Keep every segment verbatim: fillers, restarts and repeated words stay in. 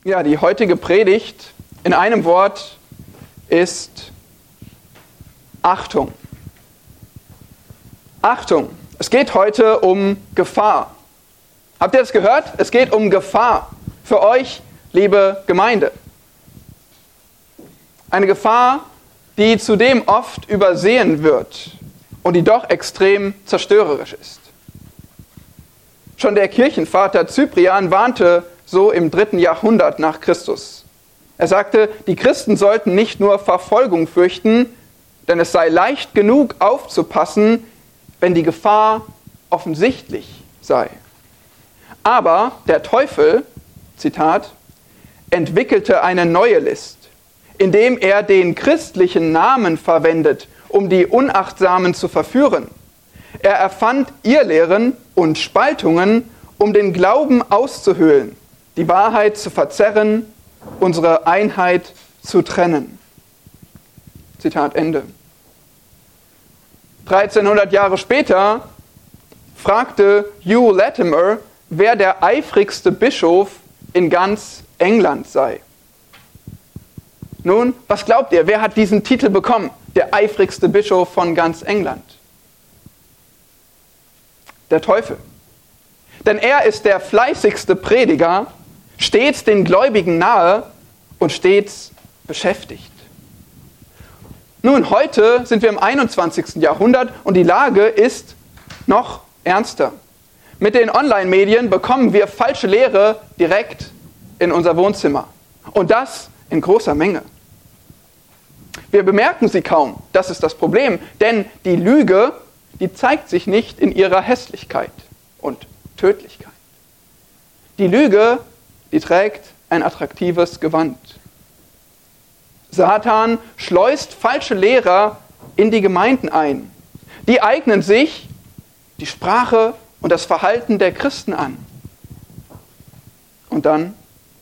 Ja, die heutige Predigt in einem Wort ist Achtung. Achtung. Es geht heute um Gefahr. Habt ihr das gehört? Es geht um Gefahr für euch, liebe Gemeinde. Eine Gefahr, die zudem oft übersehen wird und die doch extrem zerstörerisch ist. Schon der Kirchenvater Cyprian warnte so im dritten Jahrhundert nach Christus. Er sagte, die Christen sollten nicht nur Verfolgung fürchten, denn es sei leicht genug aufzupassen, wenn die Gefahr offensichtlich sei. Aber der Teufel, Zitat, entwickelte eine neue List, indem er den christlichen Namen verwendet, um die Unachtsamen zu verführen. Er erfand Irrlehren und Spaltungen, um den Glauben auszuhöhlen, die Wahrheit zu verzerren, unsere Einheit zu trennen. Zitat Ende. dreizehnhundert Jahre später fragte Hugh Latimer, wer der eifrigste Bischof in ganz England sei. Nun, was glaubt ihr, wer hat diesen Titel bekommen? Der eifrigste Bischof von ganz England? Der Teufel. Denn er ist der fleißigste Prediger, stets den Gläubigen nahe und stets beschäftigt. Nun, heute sind wir im einundzwanzigsten Jahrhundert und die Lage ist noch ernster. Mit den Online-Medien bekommen wir falsche Lehre direkt in unser Wohnzimmer. Und das in großer Menge. Wir bemerken sie kaum, das ist das Problem, denn die Lüge, die zeigt sich nicht in ihrer Hässlichkeit und Tödlichkeit. Die Lüge, die trägt ein attraktives Gewand. Satan schleust falsche Lehrer in die Gemeinden ein. Die eignen sich die Sprache und das Verhalten der Christen an. Und dann?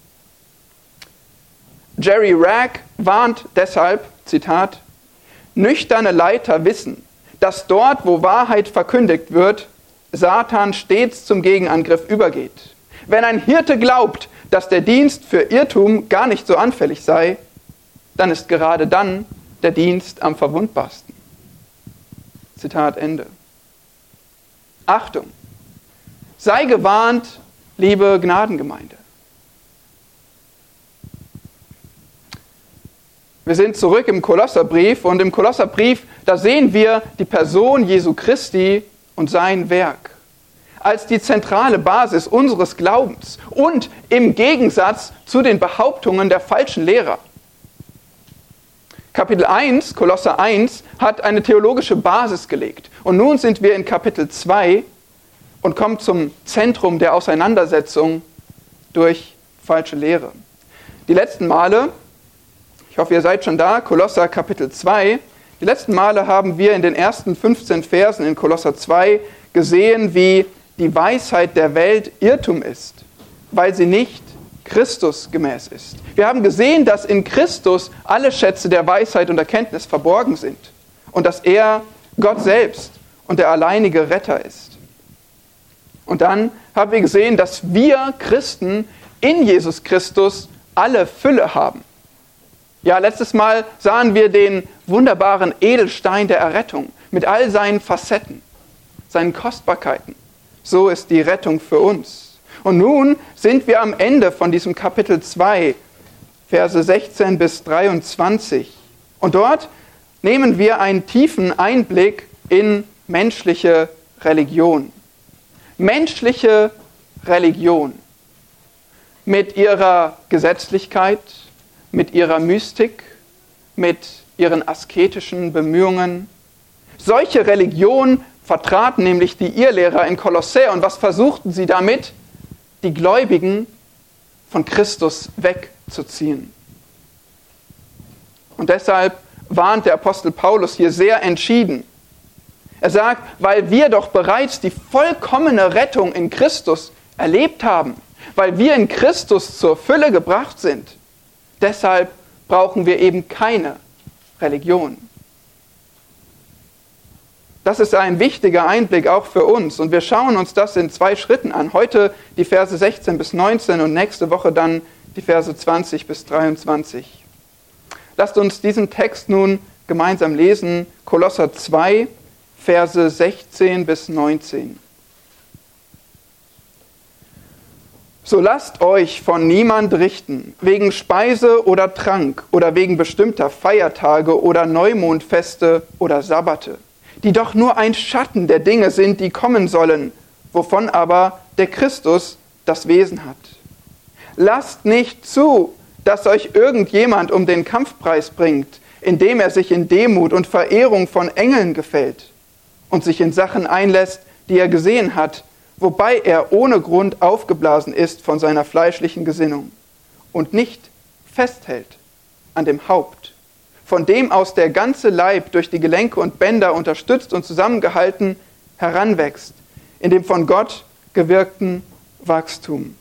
Jerry Ragg warnt deshalb, Zitat, nüchterne Leiter wissen, dass dort, wo Wahrheit verkündigt wird, Satan stets zum Gegenangriff übergeht. Wenn ein Hirte glaubt, dass der Dienst für Irrtum gar nicht so anfällig sei, dann ist gerade dann der Dienst am verwundbarsten. Zitat Ende. Achtung! Sei gewarnt, liebe Gnadengemeinde. Wir sind zurück im Kolosserbrief und im Kolosserbrief, da sehen wir die Person Jesu Christi und sein Werk als die zentrale Basis unseres Glaubens und im Gegensatz zu den Behauptungen der falschen Lehrer. Kapitel eins, Kolosser eins, hat eine theologische Basis gelegt. Und nun sind wir in Kapitel zwei und kommen zum Zentrum der Auseinandersetzung durch falsche Lehre. Die letzten Male, ich hoffe, ihr seid schon da, Kolosser Kapitel zwei, die letzten Male haben wir in den ersten fünfzehn Versen in Kolosser zwei gesehen, wie die Weisheit der Welt Irrtum ist, weil sie nicht Christus gemäß ist. Wir haben gesehen, dass in Christus alle Schätze der Weisheit und Erkenntnis verborgen sind und dass er Gott selbst und der alleinige Retter ist. Und dann haben wir gesehen, dass wir Christen in Jesus Christus alle Fülle haben. Ja, letztes Mal sahen wir den wunderbaren Edelstein der Errettung mit all seinen Facetten, seinen Kostbarkeiten. So ist die Rettung für uns. Und nun sind wir am Ende von diesem Kapitel zwei, Verse sechzehn bis dreiundzwanzig. Und dort nehmen wir einen tiefen Einblick in menschliche Religion. Menschliche Religion mit ihrer Gesetzlichkeit, mit ihrer Mystik, mit ihren asketischen Bemühungen. Solche Religion vertraten nämlich die Irrlehrer in Kolossä. Und was versuchten sie damit? Die Gläubigen von Christus wegzuziehen. Und deshalb warnt der Apostel Paulus hier sehr entschieden. Er sagt, weil wir doch bereits die vollkommene Rettung in Christus erlebt haben, weil wir in Christus zur Fülle gebracht sind, deshalb brauchen wir eben keine Religion. Das ist ein wichtiger Einblick auch für uns. Und wir schauen uns das in zwei Schritten an. Heute die Verse sechzehn bis neunzehn und nächste Woche dann die Verse zwanzig bis dreiundzwanzig. Lasst uns diesen Text nun gemeinsam lesen, Kolosser zwei, Verse sechzehn bis neunzehn. So lasst euch von niemand richten, wegen Speise oder Trank oder wegen bestimmter Feiertage oder Neumondfeste oder Sabbate, die doch nur ein Schatten der Dinge sind, die kommen sollen, wovon aber der Christus das Wesen hat. Lasst nicht zu, dass euch irgendjemand um den Kampfpreis bringt, indem er sich in Demut und Verehrung von Engeln gefällt und sich in Sachen einlässt, die er gesehen hat, wobei er ohne Grund aufgeblasen ist von seiner fleischlichen Gesinnung und nicht festhält an dem Haupt, von dem aus der ganze Leib durch die Gelenke und Bänder unterstützt und zusammengehalten heranwächst, in dem von Gott gewirkten Wachstum.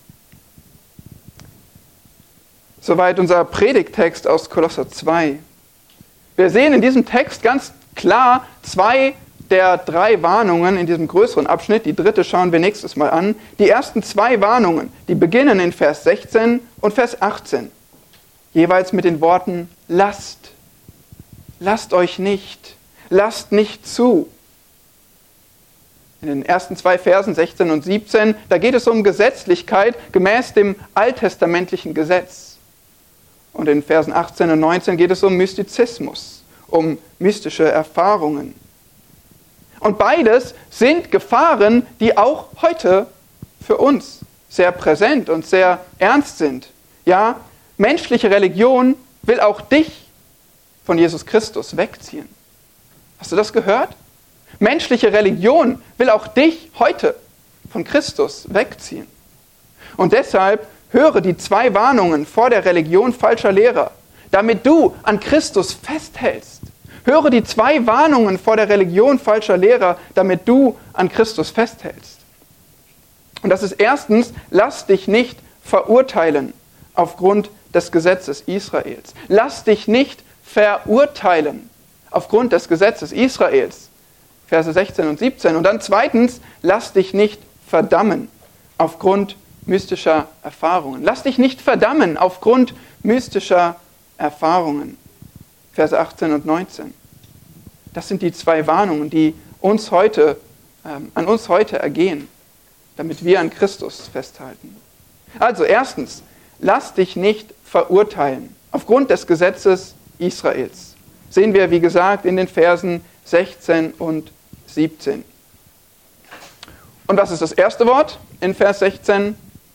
Soweit unser Predigttext aus Kolosser zwei. Wir sehen in diesem Text ganz klar zwei der drei Warnungen in diesem größeren Abschnitt. Die dritte schauen wir nächstes Mal an. Die ersten zwei Warnungen, die beginnen in Vers sechzehn und Vers achtzehn. Jeweils mit den Worten lasst. Lasst euch nicht. Lasst nicht zu. In den ersten zwei Versen, sechzehn und siebzehn, da geht es um Gesetzlichkeit gemäß dem alttestamentlichen Gesetz. Und in Versen achtzehn und neunzehn geht es um Mystizismus, um mystische Erfahrungen. Und beides sind Gefahren, die auch heute für uns sehr präsent und sehr ernst sind. Ja, menschliche Religion will auch dich von Jesus Christus wegziehen. Hast du das gehört? Menschliche Religion will auch dich heute von Christus wegziehen. Und deshalb höre die zwei Warnungen vor der Religion falscher Lehrer, damit du an Christus festhältst. Höre die zwei Warnungen vor der Religion falscher Lehrer, damit du an Christus festhältst. Und das ist erstens, lass dich nicht verurteilen aufgrund des Gesetzes Israels. Lass dich nicht verurteilen aufgrund des Gesetzes Israels. Verse sechzehn und siebzehn. Und dann zweitens, lass dich nicht verdammen aufgrund mystischer Erfahrungen. Lass dich nicht verdammen aufgrund mystischer Erfahrungen. Verse achtzehn und neunzehn. Das sind die zwei Warnungen, die uns heute, ähm, an uns heute ergehen, damit wir an Christus festhalten. Also erstens, lass dich nicht verurteilen aufgrund des Gesetzes Israels. Sehen wir, wie gesagt, in den Versen sechzehn und siebzehn. Und was ist das erste Wort in Vers sechzehn?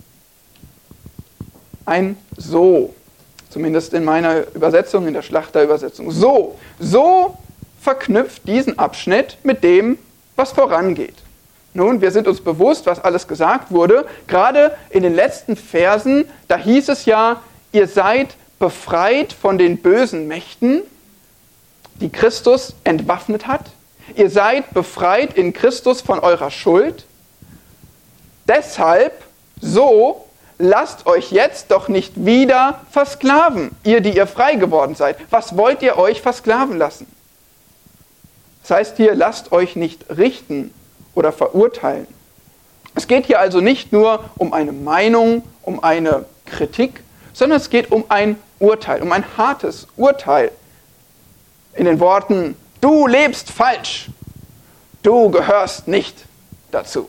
Ein So. Zumindest in meiner Übersetzung, in der Schlachterübersetzung. So. So verknüpft diesen Abschnitt mit dem, was vorangeht. Nun, wir sind uns bewusst, was alles gesagt wurde. Gerade in den letzten Versen, da hieß es ja, ihr seid befreit von den bösen Mächten, die Christus entwaffnet hat. Ihr seid befreit in Christus von eurer Schuld. Deshalb, so, lasst euch jetzt doch nicht wieder versklaven, ihr, die ihr frei geworden seid. Was wollt ihr euch versklaven lassen? Das heißt hier, lasst euch nicht richten oder verurteilen. Es geht hier also nicht nur um eine Meinung, um eine Kritik, sondern es geht um ein Urteil, um ein hartes Urteil. In den Worten, du lebst falsch, du gehörst nicht dazu.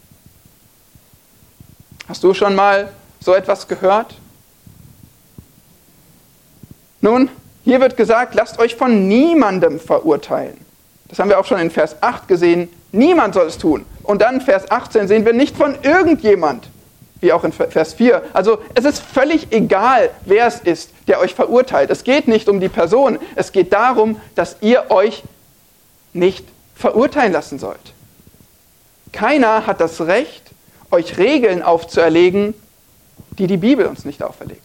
Hast du schon mal so etwas gehört? Nun, hier wird gesagt, lasst euch von niemandem verurteilen. Das haben wir auch schon in Vers acht gesehen. Niemand soll es tun. Und dann Vers achtzehn sehen wir nicht von irgendjemand, wie auch in Vers vier. Also es ist völlig egal, wer es ist, der euch verurteilt. Es geht nicht um die Person. Es geht darum, dass ihr euch nicht verurteilen lassen sollt. Keiner hat das Recht, euch Regeln aufzuerlegen, die die Bibel uns nicht auferlegt.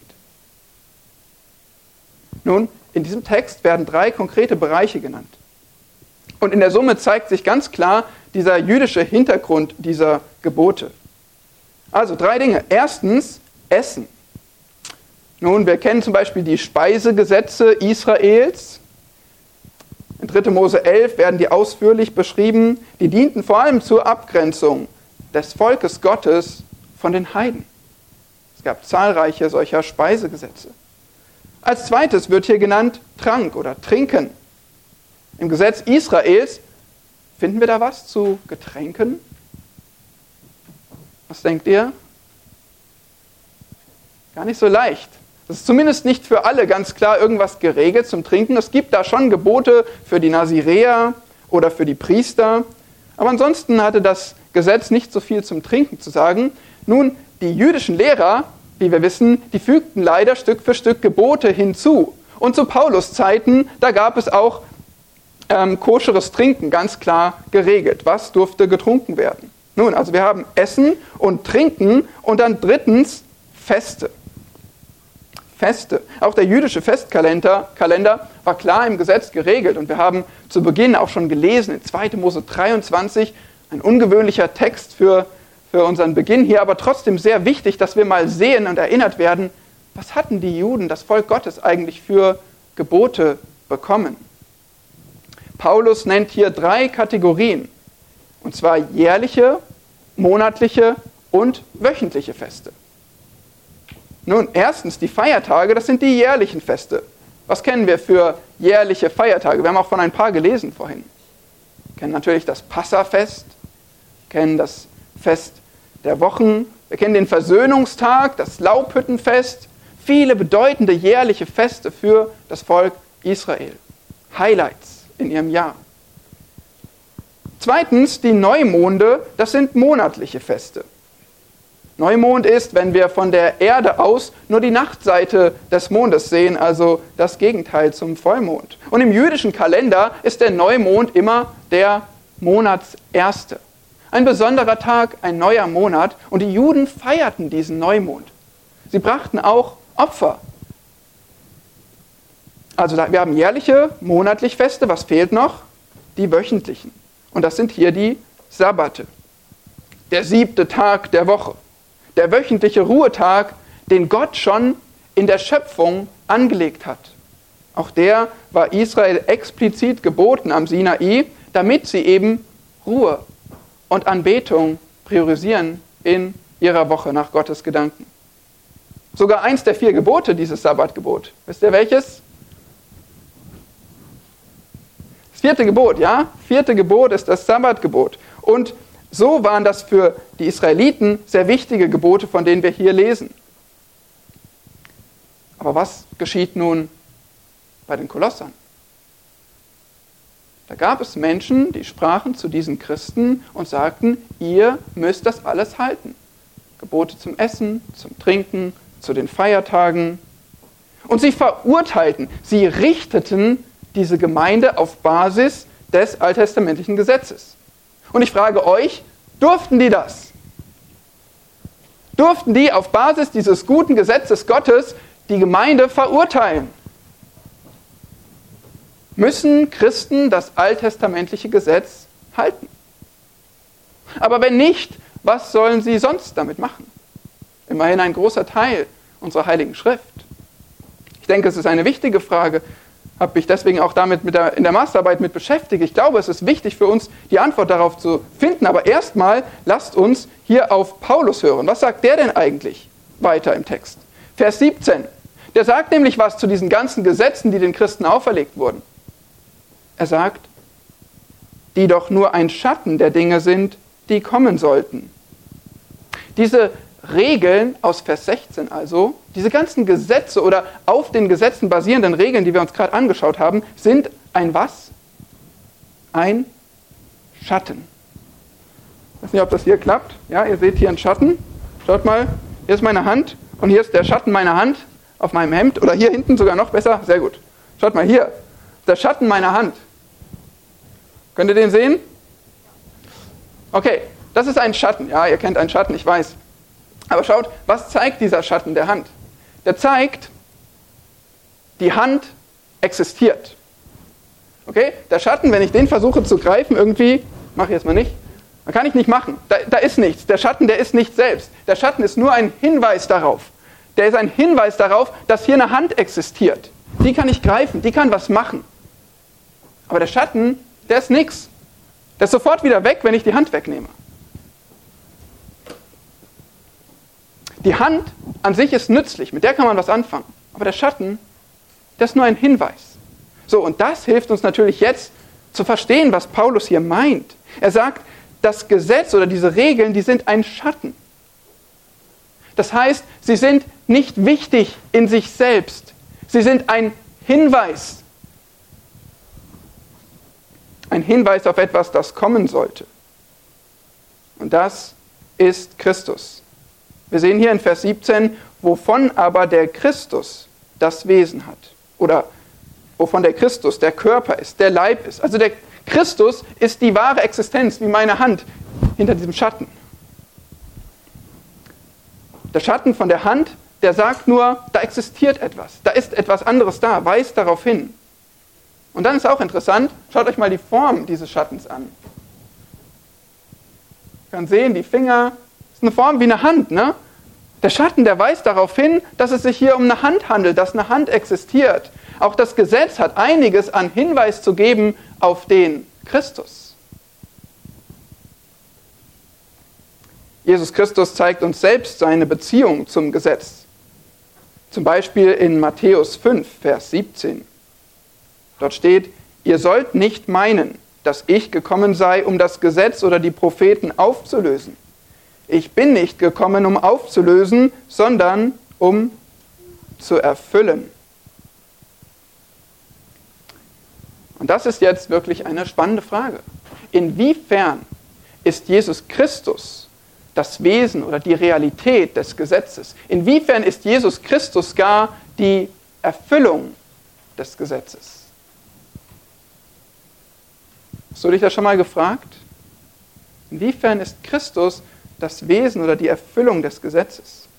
Nun, in diesem Text werden drei konkrete Bereiche genannt. Und in der Summe zeigt sich ganz klar dieser jüdische Hintergrund dieser Gebote. Also drei Dinge. Erstens, Essen. Nun, wir kennen zum Beispiel die Speisegesetze Israels. In dritter Mose elf werden die ausführlich beschrieben. Die dienten vor allem zur Abgrenzung des Volkes Gottes von den Heiden. Es gab zahlreiche solcher Speisegesetze. Als zweites wird hier genannt Trank oder Trinken. Im Gesetz Israels finden wir da was zu Getränken? Was denkt ihr? Gar nicht so leicht. Das ist zumindest nicht für alle ganz klar irgendwas geregelt zum Trinken. Es gibt da schon Gebote für die Naziräer oder für die Priester. Aber ansonsten hatte das Gesetz nicht so viel zum Trinken zu sagen. Nun, die jüdischen Lehrer, wie wir wissen, die fügten leider Stück für Stück Gebote hinzu. Und zu Paulus Zeiten, da gab es auch ähm, koscheres Trinken, ganz klar geregelt. Was durfte getrunken werden? Nun, also wir haben Essen und Trinken und dann drittens Feste. Feste. Auch der jüdische Festkalender Kalender war klar im Gesetz geregelt. Und wir haben zu Beginn auch schon gelesen, in zweiter Mose dreiundzwanzig, ein ungewöhnlicher Text für, für unseren Beginn hier, aber trotzdem sehr wichtig, dass wir mal sehen und erinnert werden, was hatten die Juden, das Volk Gottes, eigentlich für Gebote bekommen. Paulus nennt hier drei Kategorien, und zwar jährliche, monatliche und wöchentliche Feste. Nun, erstens die Feiertage, das sind die jährlichen Feste. Was kennen wir für jährliche Feiertage? Wir haben auch von ein paar gelesen vorhin. Wir kennen natürlich das Passafest, wir kennen das Fest der Wochen, wir kennen den Versöhnungstag, das Laubhüttenfest, viele bedeutende jährliche Feste für das Volk Israel. Highlights in ihrem Jahr. Zweitens, die Neumonde, das sind monatliche Feste. Neumond ist, wenn wir von der Erde aus nur die Nachtseite des Mondes sehen, also das Gegenteil zum Vollmond. Und im jüdischen Kalender ist der Neumond immer der Monatserste. Ein besonderer Tag, ein neuer Monat. Und die Juden feierten diesen Neumond. Sie brachten auch Opfer. Also wir haben jährliche, monatliche Feste. Was fehlt noch? Die wöchentlichen. Und das sind hier die Sabbate. Der siebte Tag der Woche. Der wöchentliche Ruhetag, den Gott schon in der Schöpfung angelegt hat. Auch der war Israel explizit geboten am Sinai, damit sie eben Ruhe und Anbetung priorisieren in ihrer Woche nach Gottes Gedanken. Sogar eins der vier Gebote, dieses Sabbatgebot. Wisst ihr welches? Das vierte Gebot, ja? Vierte Gebot ist das Sabbatgebot. Und so waren das für die Israeliten sehr wichtige Gebote, von denen wir hier lesen. Aber was geschieht nun bei den Kolossern? Da gab es Menschen, die sprachen zu diesen Christen und sagten, ihr müsst das alles halten. Gebote zum Essen, zum Trinken, zu den Feiertagen. Und sie verurteilten, sie richteten diese Gemeinde auf Basis des alttestamentlichen Gesetzes. Und ich frage euch, durften die das? Durften die auf Basis dieses guten Gesetzes Gottes die Gemeinde verurteilen? Müssen Christen das alttestamentliche Gesetz halten? Aber wenn nicht, was sollen sie sonst damit machen? Immerhin ein großer Teil unserer Heiligen Schrift. Ich denke, es ist eine wichtige Frage, habe mich deswegen auch damit mit der, in der Masterarbeit mit beschäftigt. Ich glaube, es ist wichtig für uns, die Antwort darauf zu finden. Aber erstmal lasst uns hier auf Paulus hören. Was sagt der denn eigentlich weiter im Text? Vers siebzehn. Der sagt nämlich was zu diesen ganzen Gesetzen, die den Christen auferlegt wurden. Er sagt, die doch nur ein Schatten der Dinge sind, die kommen sollten. Diese Regeln aus Vers sechzehn also, diese ganzen Gesetze oder auf den Gesetzen basierenden Regeln, die wir uns gerade angeschaut haben, sind ein was? Ein Schatten. Ich weiß nicht, ob das hier klappt. Ja, ihr seht hier einen Schatten. Schaut mal, hier ist meine Hand und hier ist der Schatten meiner Hand auf meinem Hemd oder hier hinten sogar noch besser. Sehr gut. Schaut mal hier, der Schatten meiner Hand. Könnt ihr den sehen? Okay, das ist ein Schatten. Ja, ihr kennt einen Schatten, ich weiß. Aber schaut, was zeigt dieser Schatten der Hand? Der zeigt, die Hand existiert. Okay? Der Schatten, wenn ich den versuche zu greifen, irgendwie, mache ich jetzt mal nicht, dann kann ich nicht machen. Da, da ist nichts. Der Schatten, der ist nicht selbst. Der Schatten ist nur ein Hinweis darauf. Der ist ein Hinweis darauf, dass hier eine Hand existiert. Die kann ich greifen, die kann was machen. Aber der Schatten, der ist nichts. Der ist sofort wieder weg, wenn ich die Hand wegnehme. Die Hand an sich ist nützlich, mit der kann man was anfangen. Aber der Schatten, das ist nur ein Hinweis. So, und das hilft uns natürlich jetzt zu verstehen, was Paulus hier meint. Er sagt, das Gesetz oder diese Regeln, die sind ein Schatten. Das heißt, sie sind nicht wichtig in sich selbst. Sie sind ein Hinweis. Ein Hinweis auf etwas, das kommen sollte. Und das ist Christus. Wir sehen hier in Vers siebzehn, wovon aber der Christus das Wesen hat. Oder wovon der Christus der Körper ist, der Leib ist. Also der Christus ist die wahre Existenz, wie meine Hand hinter diesem Schatten. Der Schatten von der Hand, der sagt nur, da existiert etwas, da ist etwas anderes da, weist darauf hin. Und dann ist auch interessant, schaut euch mal die Form dieses Schattens an. Man kann sehen, die Finger, ist eine Form wie eine Hand, ne? Der Schatten, der weist darauf hin, dass es sich hier um eine Hand handelt, dass eine Hand existiert. Auch das Gesetz hat einiges an Hinweis zu geben auf den Christus. Jesus Christus zeigt uns selbst seine Beziehung zum Gesetz. Zum Beispiel in Matthäus fünf, Vers siebzehn. Dort steht, ihr sollt nicht meinen, dass ich gekommen sei, um das Gesetz oder die Propheten aufzulösen. Ich bin nicht gekommen, um aufzulösen, sondern um zu erfüllen. Und das ist jetzt wirklich eine spannende Frage. Inwiefern ist Jesus Christus das Wesen oder die Realität des Gesetzes? Inwiefern ist Jesus Christus gar die Erfüllung des Gesetzes? Hast du dich das schon mal gefragt? Inwiefern ist Christus das Wesen oder die Erfüllung des Gesetzes?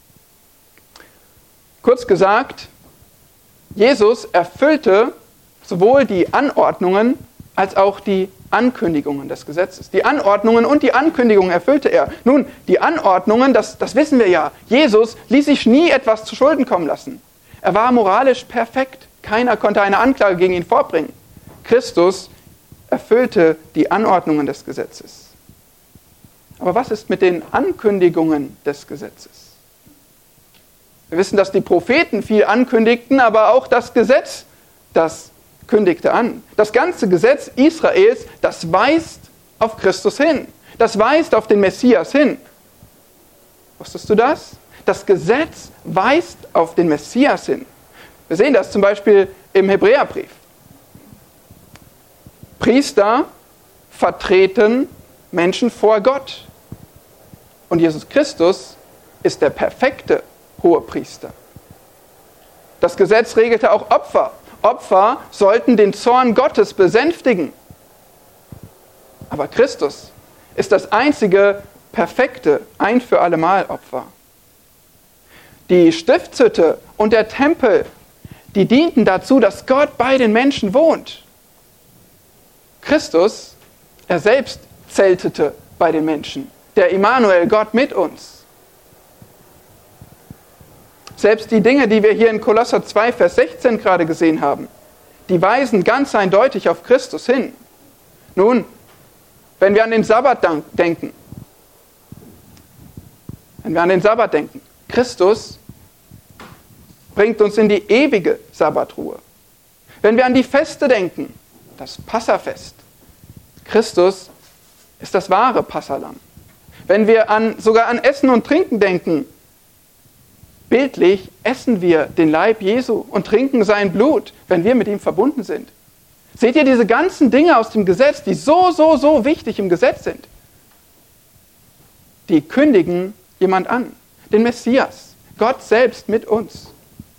Kurz gesagt, Jesus erfüllte sowohl die Anordnungen als auch die Ankündigungen des Gesetzes. Die Anordnungen und die Ankündigungen erfüllte er. Nun, die Anordnungen, das, das wissen wir ja. Jesus ließ sich nie etwas zu Schulden kommen lassen. Er war moralisch perfekt. Keiner konnte eine Anklage gegen ihn vorbringen. Christus erfüllte die Anordnungen des Gesetzes. Aber was ist mit den Ankündigungen des Gesetzes? Wir wissen, dass die Propheten viel ankündigten, aber auch das Gesetz, das kündigte an. Das ganze Gesetz Israels, das weist auf Christus hin. Das weist auf den Messias hin. Wusstest du das? Das Gesetz weist auf den Messias hin. Wir sehen das zum Beispiel im Hebräerbrief. Priester vertreten Menschen vor Gott. Und Jesus Christus ist der perfekte Hohepriester. Das Gesetz regelte auch Opfer. Opfer sollten den Zorn Gottes besänftigen. Aber Christus ist das einzige perfekte ein für allemal Opfer. Die Stiftshütte und der Tempel, die dienten dazu, dass Gott bei den Menschen wohnt. Christus, er selbst zeltete bei den Menschen. Der Immanuel, Gott mit uns. Selbst die Dinge, die wir hier in Kolosser zwei, Vers sechzehn gerade gesehen haben, die weisen ganz eindeutig auf Christus hin. Nun, wenn wir an den Sabbat denken, wenn wir an den Sabbat denken, Christus bringt uns in die ewige Sabbatruhe. Wenn wir an die Feste denken, das Passafest, Christus ist das wahre Passahlamm. Wenn wir an, sogar an Essen und Trinken denken, bildlich essen wir den Leib Jesu und trinken sein Blut, wenn wir mit ihm verbunden sind. Seht ihr diese ganzen Dinge aus dem Gesetz, die so, so, so wichtig im Gesetz sind? Die kündigen jemand an, den Messias, Gott selbst mit uns.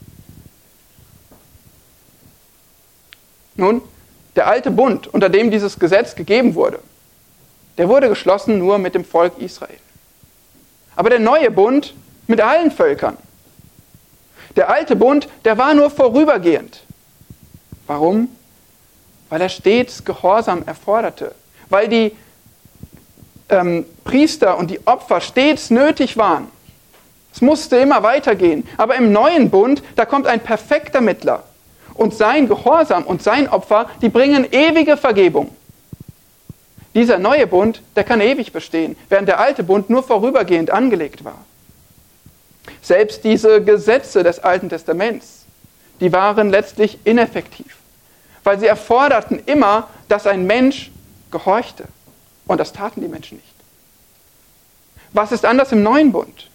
Nun, der alte Bund, unter dem dieses Gesetz gegeben wurde, der wurde geschlossen nur mit dem Volk Israel. Aber der neue Bund mit allen Völkern. Der alte Bund, der war nur vorübergehend. Warum? Weil er stets Gehorsam erforderte. Weil die ähm, Priester und die Opfer stets nötig waren. Es musste immer weitergehen. Aber im neuen Bund, da kommt ein perfekter Mittler. Und sein Gehorsam und sein Opfer, die bringen ewige Vergebung. Dieser neue Bund, der kann ewig bestehen, während der alte Bund nur vorübergehend angelegt war. Selbst diese Gesetze des Alten Testaments, die waren letztlich ineffektiv, weil sie erforderten immer, dass ein Mensch gehorchte. Und das taten die Menschen nicht. Was ist anders im Neuen Bund?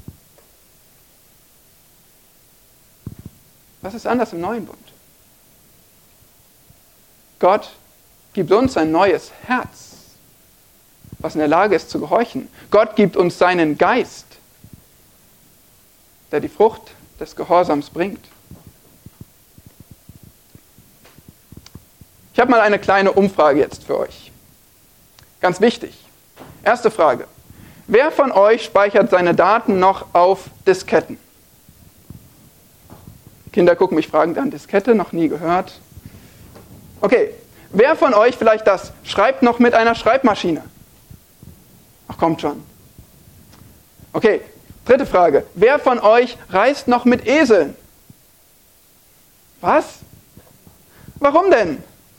Was ist anders im Neuen Bund? Gott gibt uns ein neues Herz, was in der Lage ist zu gehorchen. Gott gibt uns seinen Geist, der die Frucht des Gehorsams bringt. Ich habe mal eine kleine Umfrage jetzt für euch. Ganz wichtig. Erste Frage. Wer von euch speichert seine Daten noch auf Disketten? Kinder gucken mich fragend an. Diskette, noch nie gehört. Okay. Wer von euch vielleicht das schreibt noch mit einer Schreibmaschine? Ach, kommt schon. Okay. Dritte Frage. Wer von euch reist noch mit Eseln? Was? Warum denn?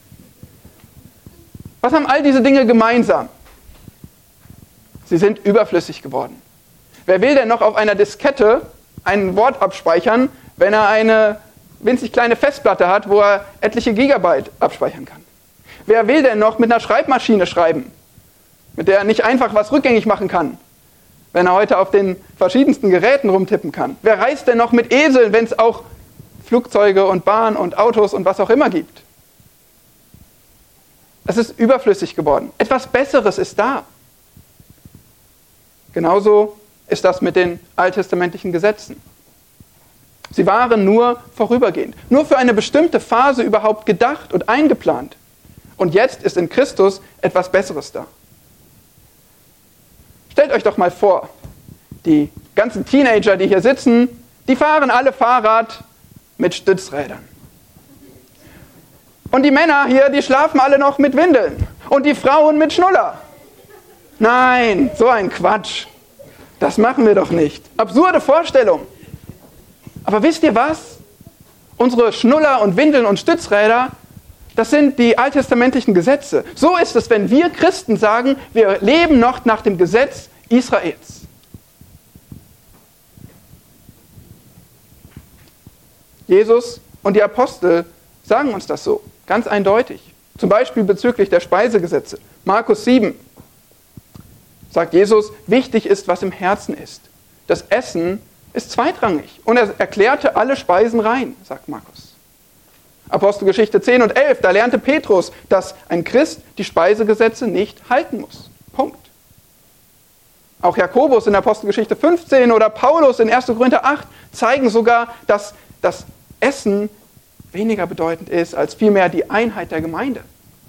Was haben all diese Dinge gemeinsam? Sie sind überflüssig geworden. Wer will denn noch auf einer Diskette ein Wort abspeichern, wenn er eine winzig kleine Festplatte hat, wo er etliche Gigabyte abspeichern kann? Wer will denn noch mit einer Schreibmaschine schreiben, mit der er nicht einfach was rückgängig machen kann, wenn er heute auf den verschiedensten Geräten rumtippen kann? Wer reist denn noch mit Eseln, wenn es auch Flugzeuge und Bahn und Autos und was auch immer gibt? Es ist überflüssig geworden. Etwas Besseres ist da. Genauso ist das mit den alttestamentlichen Gesetzen. Sie waren nur vorübergehend, nur für eine bestimmte Phase überhaupt gedacht und eingeplant. Und jetzt ist in Christus etwas Besseres da. Stellt euch doch mal vor, die ganzen Teenager, die hier sitzen, die fahren alle Fahrrad mit Stützrädern. Und die Männer hier, die schlafen alle noch mit Windeln. Und die Frauen mit Schnuller. Nein, so ein Quatsch. Das machen wir doch nicht. Absurde Vorstellung. Aber wisst ihr was? Unsere Schnuller und Windeln und Stützräder, das sind die alttestamentlichen Gesetze. So ist es, wenn wir Christen sagen, wir leben noch nach dem Gesetz Israels. Jesus und die Apostel sagen uns das so, ganz eindeutig. Zum Beispiel bezüglich der Speisegesetze. Markus sieben sagt Jesus, wichtig ist, was im Herzen ist. Das Essen ist zweitrangig. Und er erklärte alle Speisen rein, sagt Markus. Apostelgeschichte zehn und elf, da lernte Petrus, dass ein Christ die Speisegesetze nicht halten muss. Punkt. Auch Jakobus in Apostelgeschichte fünfzehn oder Paulus in erster Korinther acht zeigen sogar, dass das Essen weniger bedeutend ist als vielmehr die Einheit der Gemeinde.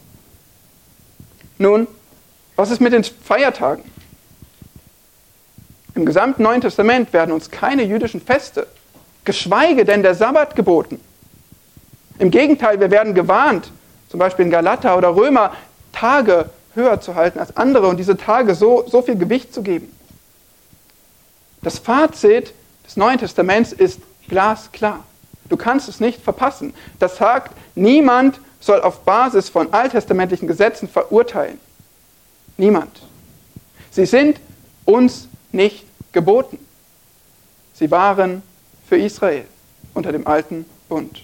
Nun, was ist mit den Feiertagen? Im gesamten Neuen Testament werden uns keine jüdischen Feste, geschweige denn der Sabbat geboten. Im Gegenteil, wir werden gewarnt, zum Beispiel in Galater oder Römer, Tage höher zu halten als andere und diese Tage so, so viel Gewicht zu geben. Das Fazit des Neuen Testaments ist glasklar. Du kannst es nicht verpassen. Das sagt, niemand soll auf Basis von alttestamentlichen Gesetzen verurteilen. Niemand. Sie sind uns nicht geboten. Sie waren für Israel unter dem alten Bund.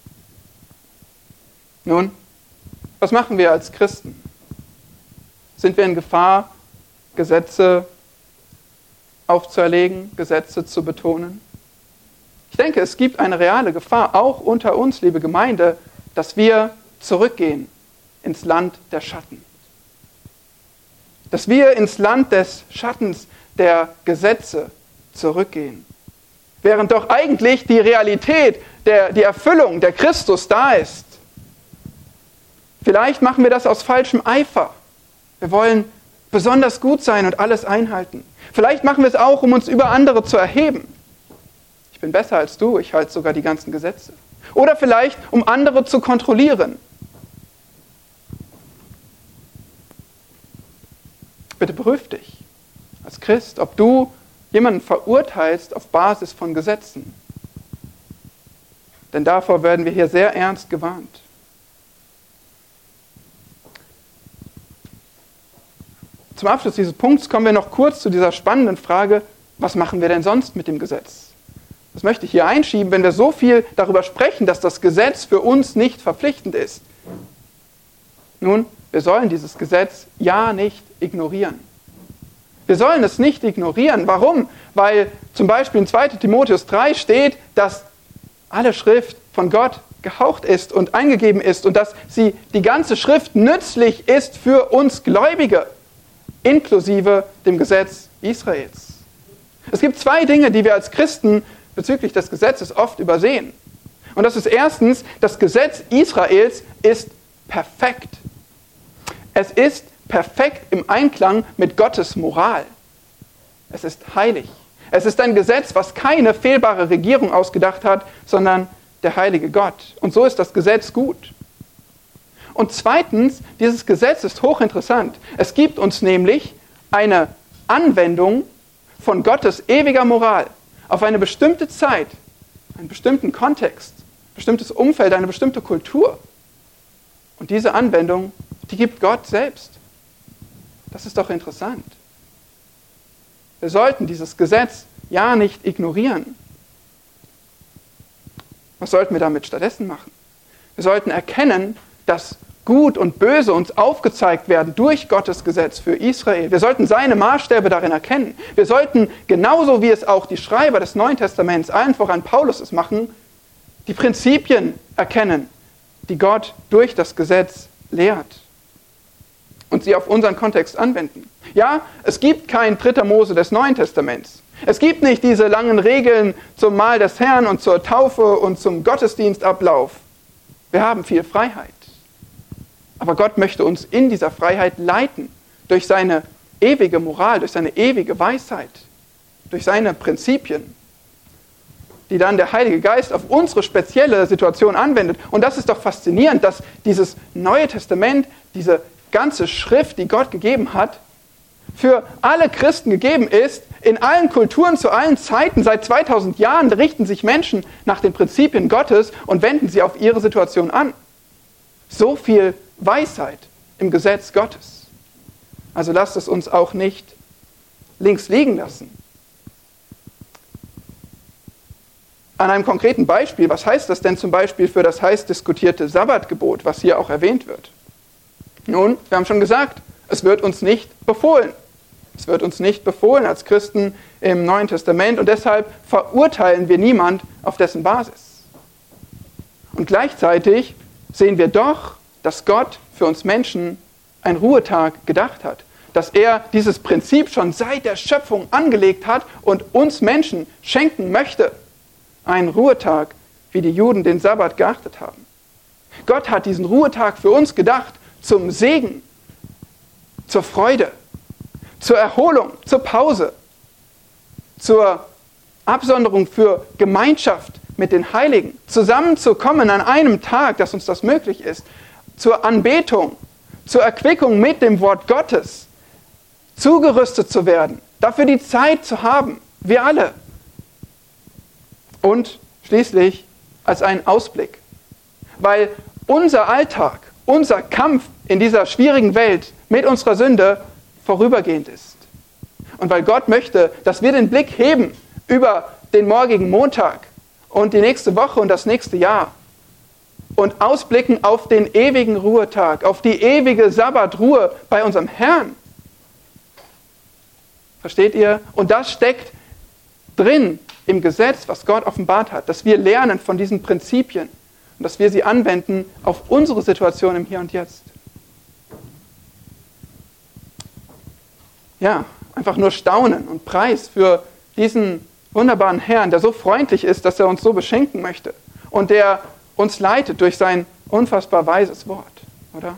Nun, was machen wir als Christen? Sind wir in Gefahr, Gesetze aufzuerlegen, Gesetze zu betonen? Ich denke, es gibt eine reale Gefahr, auch unter uns, liebe Gemeinde, dass wir zurückgehen ins Land der Schatten. Dass wir ins Land des Schattens der Gesetze zurückgehen. Während doch eigentlich die Realität, der, die Erfüllung der Christus da ist. Vielleicht machen wir das aus falschem Eifer. Wir wollen besonders gut sein und alles einhalten. Vielleicht machen wir es auch, um uns über andere zu erheben. Ich bin besser als du, ich halte sogar die ganzen Gesetze. Oder vielleicht, um andere zu kontrollieren. Bitte prüf dich als Christ, ob du jemanden verurteilst auf Basis von Gesetzen. Denn davor werden wir hier sehr ernst gewarnt. Zum Abschluss dieses Punkts kommen wir noch kurz zu dieser spannenden Frage, was machen wir denn sonst mit dem Gesetz? Das möchte ich hier einschieben, wenn wir so viel darüber sprechen, dass das Gesetz für uns nicht verpflichtend ist. Nun, wir sollen dieses Gesetz ja nicht ignorieren. Wir sollen es nicht ignorieren. Warum? Weil zum Beispiel in zweiter Timotheus drei steht, dass alle Schrift von Gott gehaucht ist und eingegeben ist und dass sie, die ganze Schrift nützlich ist für uns Gläubige, inklusive dem Gesetz Israels. Es gibt zwei Dinge, die wir als Christen bezüglich des Gesetzes oft übersehen. Und das ist erstens, das Gesetz Israels ist perfekt. Es ist perfekt im Einklang mit Gottes Moral. Es ist heilig. Es ist ein Gesetz, was keine fehlbare Regierung ausgedacht hat, sondern der heilige Gott. Und so ist das Gesetz gut. Und zweitens, dieses Gesetz ist hochinteressant. Es gibt uns nämlich eine Anwendung von Gottes ewiger Moral auf eine bestimmte Zeit, einen bestimmten Kontext, ein bestimmtes Umfeld, eine bestimmte Kultur. Und diese Anwendung, die gibt Gott selbst. Das ist doch interessant. Wir sollten dieses Gesetz ja nicht ignorieren. Was sollten wir damit stattdessen machen? Wir sollten erkennen, dass Gut und Böse uns aufgezeigt werden durch Gottes Gesetz für Israel. Wir sollten seine Maßstäbe darin erkennen. Wir sollten, genauso wie es auch die Schreiber des Neuen Testaments, allen voran Paulus es machen, die Prinzipien erkennen, die Gott durch das Gesetz lehrt und sie auf unseren Kontext anwenden. Ja, es gibt kein dritter Mose des Neuen Testaments. Es gibt nicht diese langen Regeln zum Mahl des Herrn und zur Taufe und zum Gottesdienstablauf. Wir haben viel Freiheit. Aber Gott möchte uns in dieser Freiheit leiten, durch seine ewige Moral, durch seine ewige Weisheit, durch seine Prinzipien, die dann der Heilige Geist auf unsere spezielle Situation anwendet. Und das ist doch faszinierend, dass dieses Neue Testament, diese ganze Schrift, die Gott gegeben hat, für alle Christen gegeben ist, in allen Kulturen, zu allen Zeiten, seit zweitausend Jahren richten sich Menschen nach den Prinzipien Gottes und wenden sie auf ihre Situation an. So viel Weisheit im Gesetz Gottes. Also lasst es uns auch nicht links liegen lassen. An einem konkreten Beispiel, was heißt das denn zum Beispiel für das heiß diskutierte Sabbatgebot, was hier auch erwähnt wird? Nun, wir haben schon gesagt, es wird uns nicht befohlen. Es wird uns nicht befohlen als Christen im Neuen Testament und deshalb verurteilen wir niemand auf dessen Basis. Und gleichzeitig sehen wir doch, dass Gott für uns Menschen einen Ruhetag gedacht hat. Dass er dieses Prinzip schon seit der Schöpfung angelegt hat und uns Menschen schenken möchte. Einen Ruhetag, wie die Juden den Sabbat geachtet haben. Gott hat diesen Ruhetag für uns gedacht, zum Segen, zur Freude, zur Erholung, zur Pause, zur Absonderung für Gemeinschaft mit den Heiligen, zusammenzukommen an einem Tag, dass uns das möglich ist, zur Anbetung, zur Erquickung mit dem Wort Gottes, zugerüstet zu werden, dafür die Zeit zu haben, wir alle. Und schließlich als einen Ausblick, weil unser Alltag, unser Kampf in dieser schwierigen Welt mit unserer Sünde vorübergehend ist. Und weil Gott möchte, dass wir den Blick heben über den morgigen Montag und die nächste Woche und das nächste Jahr und ausblicken auf den ewigen Ruhetag, auf die ewige Sabbatruhe bei unserem Herrn. Versteht ihr? Und das steckt drin im Gesetz, was Gott offenbart hat, dass wir lernen von diesen Prinzipien und dass wir sie anwenden auf unsere Situation im Hier und Jetzt. Ja, einfach nur Staunen und Preis für diesen wunderbaren Herrn, der so freundlich ist, dass er uns so beschenken möchte und der uns leitet durch sein unfassbar weises Wort, oder?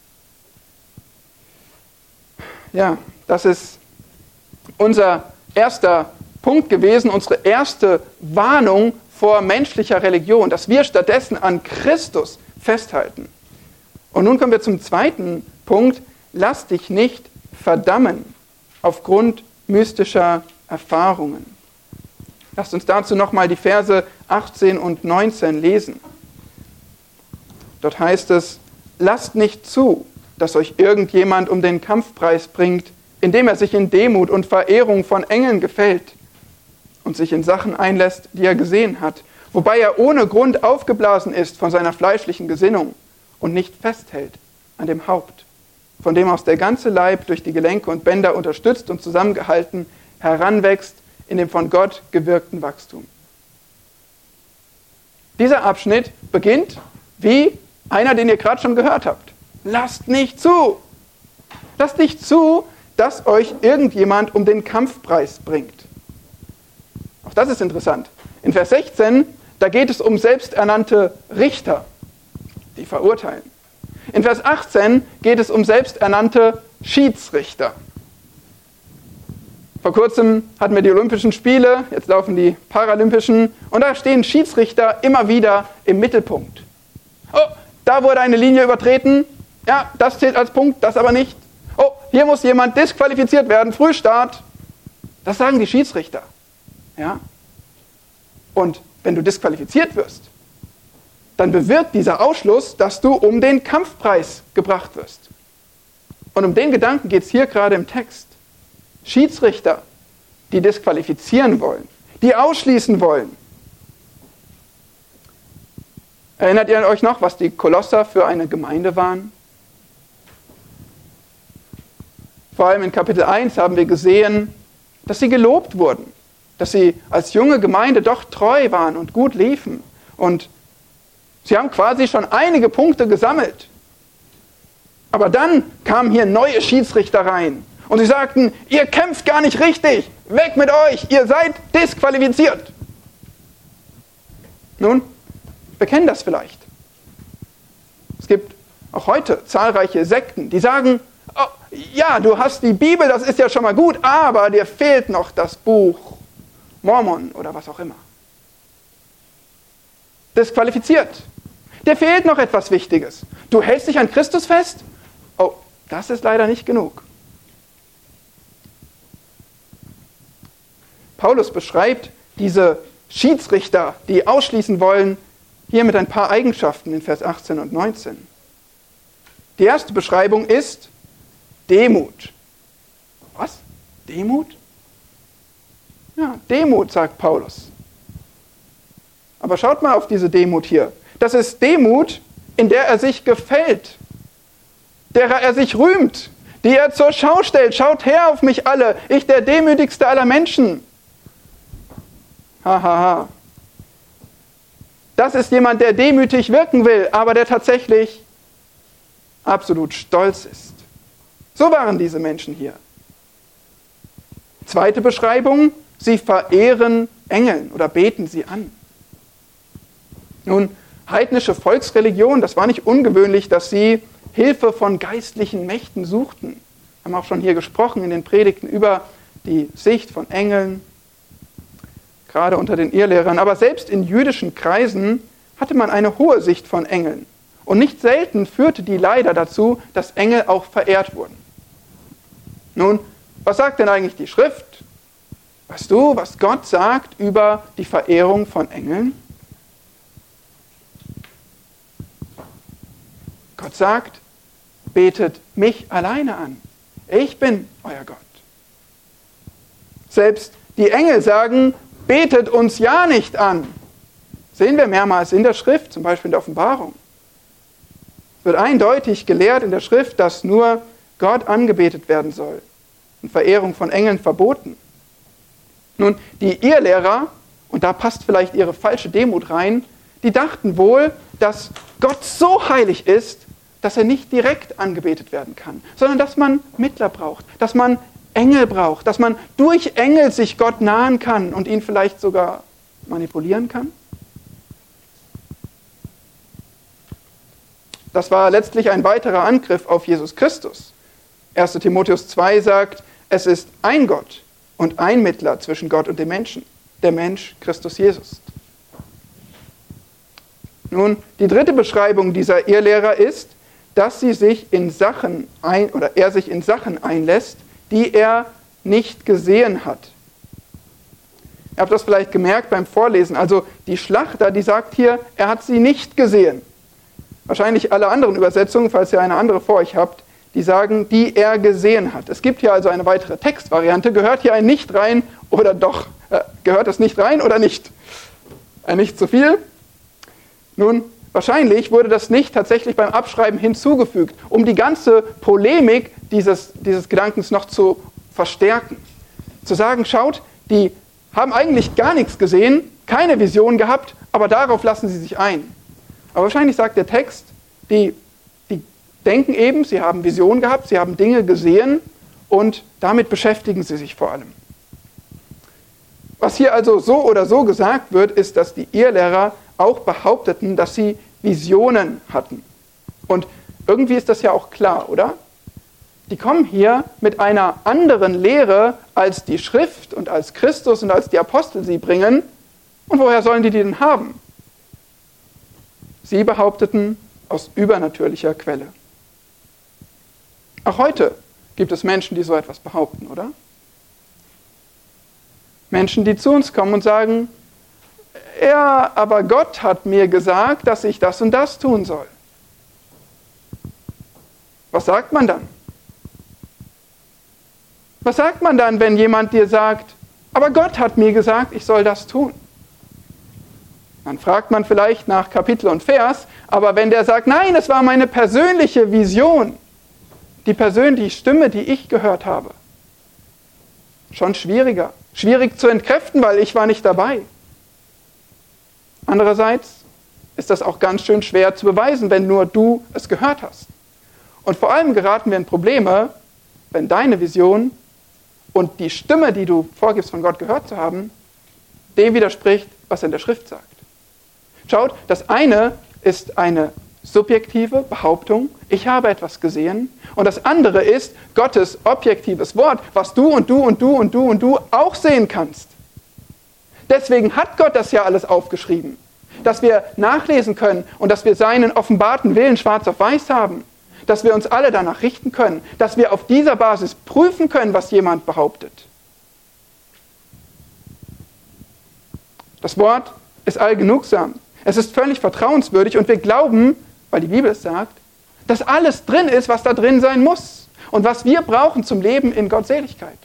Ja, das ist unser erster Punkt gewesen, unsere erste Warnung vor menschlicher Religion, dass wir stattdessen an Christus festhalten. Und nun kommen wir zum zweiten Punkt, lass dich nicht verdammen aufgrund mystischer Erfahrungen. Lasst uns dazu nochmal die Verse achtzehn und neunzehn lesen. Dort heißt es, lasst nicht zu, dass euch irgendjemand um den Kampfpreis bringt, indem er sich in Demut und Verehrung von Engeln gefällt und sich in Sachen einlässt, die er gesehen hat, wobei er ohne Grund aufgeblasen ist von seiner fleischlichen Gesinnung und nicht festhält an dem Haupt, von dem aus der ganze Leib durch die Gelenke und Bänder unterstützt und zusammengehalten heranwächst in dem von Gott gewirkten Wachstum. Dieser Abschnitt beginnt wie einer, den ihr gerade schon gehört habt. Lasst nicht zu! Lasst nicht zu, dass euch irgendjemand um den Kampfpreis bringt. Auch das ist interessant. In Vers sechzehn, da geht es um selbsternannte Richter, die verurteilen. In Vers achtzehn geht es um selbsternannte Schiedsrichter. Vor kurzem hatten wir die Olympischen Spiele, jetzt laufen die Paralympischen und da stehen Schiedsrichter immer wieder im Mittelpunkt. Oh, da wurde eine Linie übertreten, ja, das zählt als Punkt, das aber nicht. Oh, hier muss jemand disqualifiziert werden, Frühstart. Das sagen die Schiedsrichter. Ja? Und wenn du disqualifiziert wirst, dann bewirkt dieser Ausschluss, dass du um den Kampfpreis gebracht wirst. Und um den Gedanken geht es hier gerade im Text. Schiedsrichter, die disqualifizieren wollen, die ausschließen wollen. Erinnert ihr euch noch, was die Kolosser für eine Gemeinde waren? Vor allem in Kapitel eins haben wir gesehen, dass sie gelobt wurden, dass sie als junge Gemeinde doch treu waren und gut liefen. Und sie haben quasi schon einige Punkte gesammelt. Aber dann kamen hier neue Schiedsrichter rein. Und sie sagten, ihr kämpft gar nicht richtig, weg mit euch, ihr seid disqualifiziert. Nun, wir kennen das vielleicht. Es gibt auch heute zahlreiche Sekten, die sagen, oh, ja, du hast die Bibel, das ist ja schon mal gut, aber dir fehlt noch das Buch Mormon oder was auch immer. Disqualifiziert. Dir fehlt noch etwas Wichtiges. Du hältst dich an Christus fest? Oh, das ist leider nicht genug. Paulus beschreibt diese Schiedsrichter, die ausschließen wollen, hier mit ein paar Eigenschaften in Vers achtzehn und neunzehn. Die erste Beschreibung ist Demut. Was? Demut? Ja, Demut, sagt Paulus. Aber schaut mal auf diese Demut hier. Das ist Demut, in der er sich gefällt, derer er sich rühmt, die er zur Schau stellt. Schaut her auf mich alle, ich der demütigste aller Menschen. Hahaha. Ha, ha. Das ist jemand, der demütig wirken will, aber der tatsächlich absolut stolz ist. So waren diese Menschen hier. Zweite Beschreibung, sie verehren Engeln oder beten sie an. Nun, heidnische Volksreligion, das war nicht ungewöhnlich, dass sie Hilfe von geistlichen Mächten suchten. Wir haben auch schon hier gesprochen in den Predigten über die Sicht von Engeln, gerade unter den Irrlehrern. Aber selbst in jüdischen Kreisen hatte man eine hohe Sicht von Engeln. Und nicht selten führte die leider dazu, dass Engel auch verehrt wurden. Nun, was sagt denn eigentlich die Schrift? Weißt du, was Gott sagt über die Verehrung von Engeln? Gott sagt, betet mich alleine an. Ich bin euer Gott. Selbst die Engel sagen, betet uns ja nicht an. Sehen wir mehrmals in der Schrift, zum Beispiel in der Offenbarung. Es wird eindeutig gelehrt in der Schrift, dass nur Gott angebetet werden soll und Verehrung von Engeln verboten. Nun, die Irrlehrer, und da passt vielleicht ihre falsche Demut rein, die dachten wohl, dass Gott so heilig ist, dass er nicht direkt angebetet werden kann, sondern dass man Mittler braucht, dass man Engel braucht, dass man durch Engel sich Gott nahen kann und ihn vielleicht sogar manipulieren kann. Das war letztlich ein weiterer Angriff auf Jesus Christus. erster Timotheus zwei sagt, es ist ein Gott und ein Mittler zwischen Gott und dem Menschen, der Mensch Christus Jesus. Nun, die dritte Beschreibung dieser Irrlehrer ist, dass sie sich in Sachen ein, oder er sich in Sachen einlässt, die er nicht gesehen hat. Ihr habt das vielleicht gemerkt beim Vorlesen. Also die Schlachter, die sagt hier, er hat sie nicht gesehen. Wahrscheinlich alle anderen Übersetzungen, falls ihr eine andere vor euch habt, die sagen, die er gesehen hat. Es gibt hier also eine weitere Textvariante. Gehört hier ein Nicht rein oder doch Äh, gehört das nicht rein oder nicht? Äh, nicht zu viel? Nun, wahrscheinlich wurde das nicht tatsächlich beim Abschreiben hinzugefügt, um die ganze Polemik dieses, dieses Gedankens noch zu verstärken. Zu sagen, schaut, die haben eigentlich gar nichts gesehen, keine Vision gehabt, aber darauf lassen sie sich ein. Aber wahrscheinlich sagt der Text, die, die denken eben, sie haben Visionen gehabt, sie haben Dinge gesehen und damit beschäftigen sie sich vor allem. Was hier also so oder so gesagt wird, ist, dass die Irrlehrer auch behaupteten, dass sie Visionen hatten. Und irgendwie ist das ja auch klar, oder? Die kommen hier mit einer anderen Lehre, als die Schrift und als Christus und als die Apostel sie bringen. Und woher sollen die die denn haben? Sie behaupteten aus übernatürlicher Quelle. Auch heute gibt es Menschen, die so etwas behaupten, oder? Menschen, die zu uns kommen und sagen, ja, aber Gott hat mir gesagt, dass ich das und das tun soll. Was sagt man dann? Was sagt man dann, wenn jemand dir sagt, aber Gott hat mir gesagt, ich soll das tun? Dann fragt man vielleicht nach Kapitel und Vers, aber wenn der sagt, nein, es war meine persönliche Vision, die persönliche Stimme, die ich gehört habe, schon schwieriger. Schwierig zu entkräften, weil ich war nicht dabei. Andererseits ist das auch ganz schön schwer zu beweisen, wenn nur du es gehört hast. Und vor allem geraten wir in Probleme, wenn deine Vision und die Stimme, die du vorgibst, von Gott gehört zu haben, dem widerspricht, was in der Schrift sagt. Schaut, das eine ist eine subjektive Behauptung, ich habe etwas gesehen, und das andere ist Gottes objektives Wort, was du und du und du und du und du auch sehen kannst. Deswegen hat Gott das ja alles aufgeschrieben, dass wir nachlesen können und dass wir seinen offenbarten Willen schwarz auf weiß haben, dass wir uns alle danach richten können, dass wir auf dieser Basis prüfen können, was jemand behauptet. Das Wort ist allgenugsam. Es ist völlig vertrauenswürdig und wir glauben, weil die Bibel es sagt, dass alles drin ist, was da drin sein muss und was wir brauchen zum Leben in Gottseligkeit.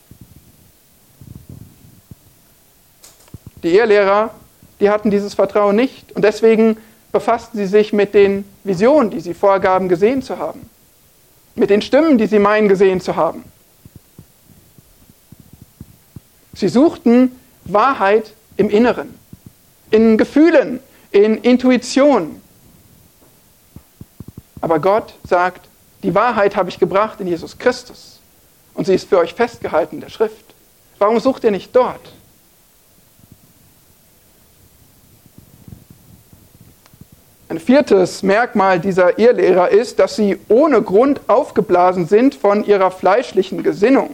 Die Irrlehrer, die hatten dieses Vertrauen nicht und deswegen befassten sie sich mit den Visionen, die sie vorgaben, gesehen zu haben. Mit den Stimmen, die sie meinen, gesehen zu haben. Sie suchten Wahrheit im Inneren, in Gefühlen, in Intuition. Aber Gott sagt, die Wahrheit habe ich gebracht in Jesus Christus und sie ist für euch festgehalten in der Schrift. Warum sucht ihr nicht dort? Ein viertes Merkmal dieser Irrlehrer ist, dass sie ohne Grund aufgeblasen sind von ihrer fleischlichen Gesinnung.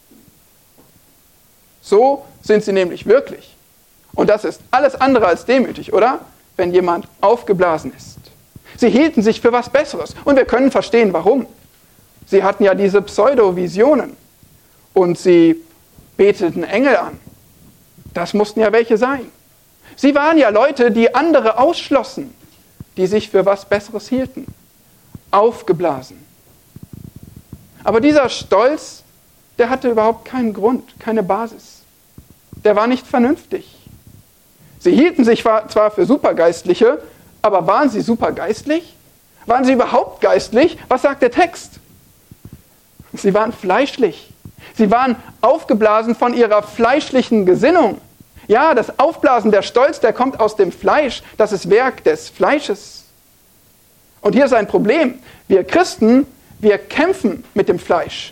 So sind sie nämlich wirklich. Und das ist alles andere als demütig, oder? Wenn jemand aufgeblasen ist. Sie hielten sich für was Besseres. Und wir können verstehen, warum. Sie hatten ja diese Pseudo-Visionen. Und sie beteten Engel an. Das mussten ja welche sein. Sie waren ja Leute, die andere ausschlossen, die sich für was Besseres hielten. Aufgeblasen. Aber dieser Stolz, der hatte überhaupt keinen Grund, keine Basis. Der war nicht vernünftig. Sie hielten sich zwar für Supergeistliche, aber waren sie supergeistlich? Waren sie überhaupt geistlich? Was sagt der Text? Sie waren fleischlich. Sie waren aufgeblasen von ihrer fleischlichen Gesinnung. Ja, das Aufblasen, der Stolz, der kommt aus dem Fleisch. Das ist Werk des Fleisches. Und hier ist ein Problem. Wir Christen, wir kämpfen mit dem Fleisch.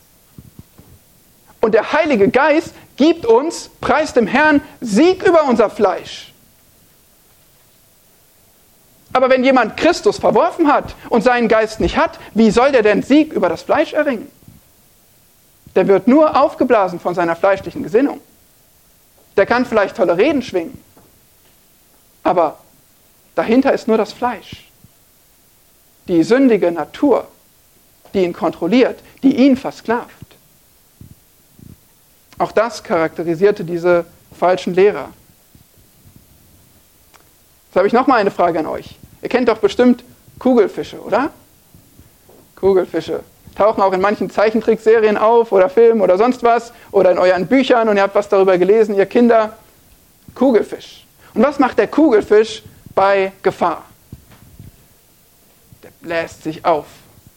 Und der Heilige Geist gibt uns, preis dem Herrn, Sieg über unser Fleisch. Aber wenn jemand Christus verworfen hat und seinen Geist nicht hat, wie soll der denn Sieg über das Fleisch erringen? Der wird nur aufgeblasen von seiner fleischlichen Gesinnung. Der kann vielleicht tolle Reden schwingen, aber dahinter ist nur das Fleisch. Die sündige Natur, die ihn kontrolliert, die ihn versklavt. Auch das charakterisierte diese falschen Lehrer. Jetzt habe ich noch mal eine Frage an euch. Ihr kennt doch bestimmt Kugelfische, oder? Kugelfische. tauchen auch in manchen Zeichentrickserien auf oder Filmen oder sonst was oder in euren Büchern und ihr habt was darüber gelesen, ihr Kinder. Kugelfisch. Und was macht der Kugelfisch bei Gefahr? Der bläst sich auf.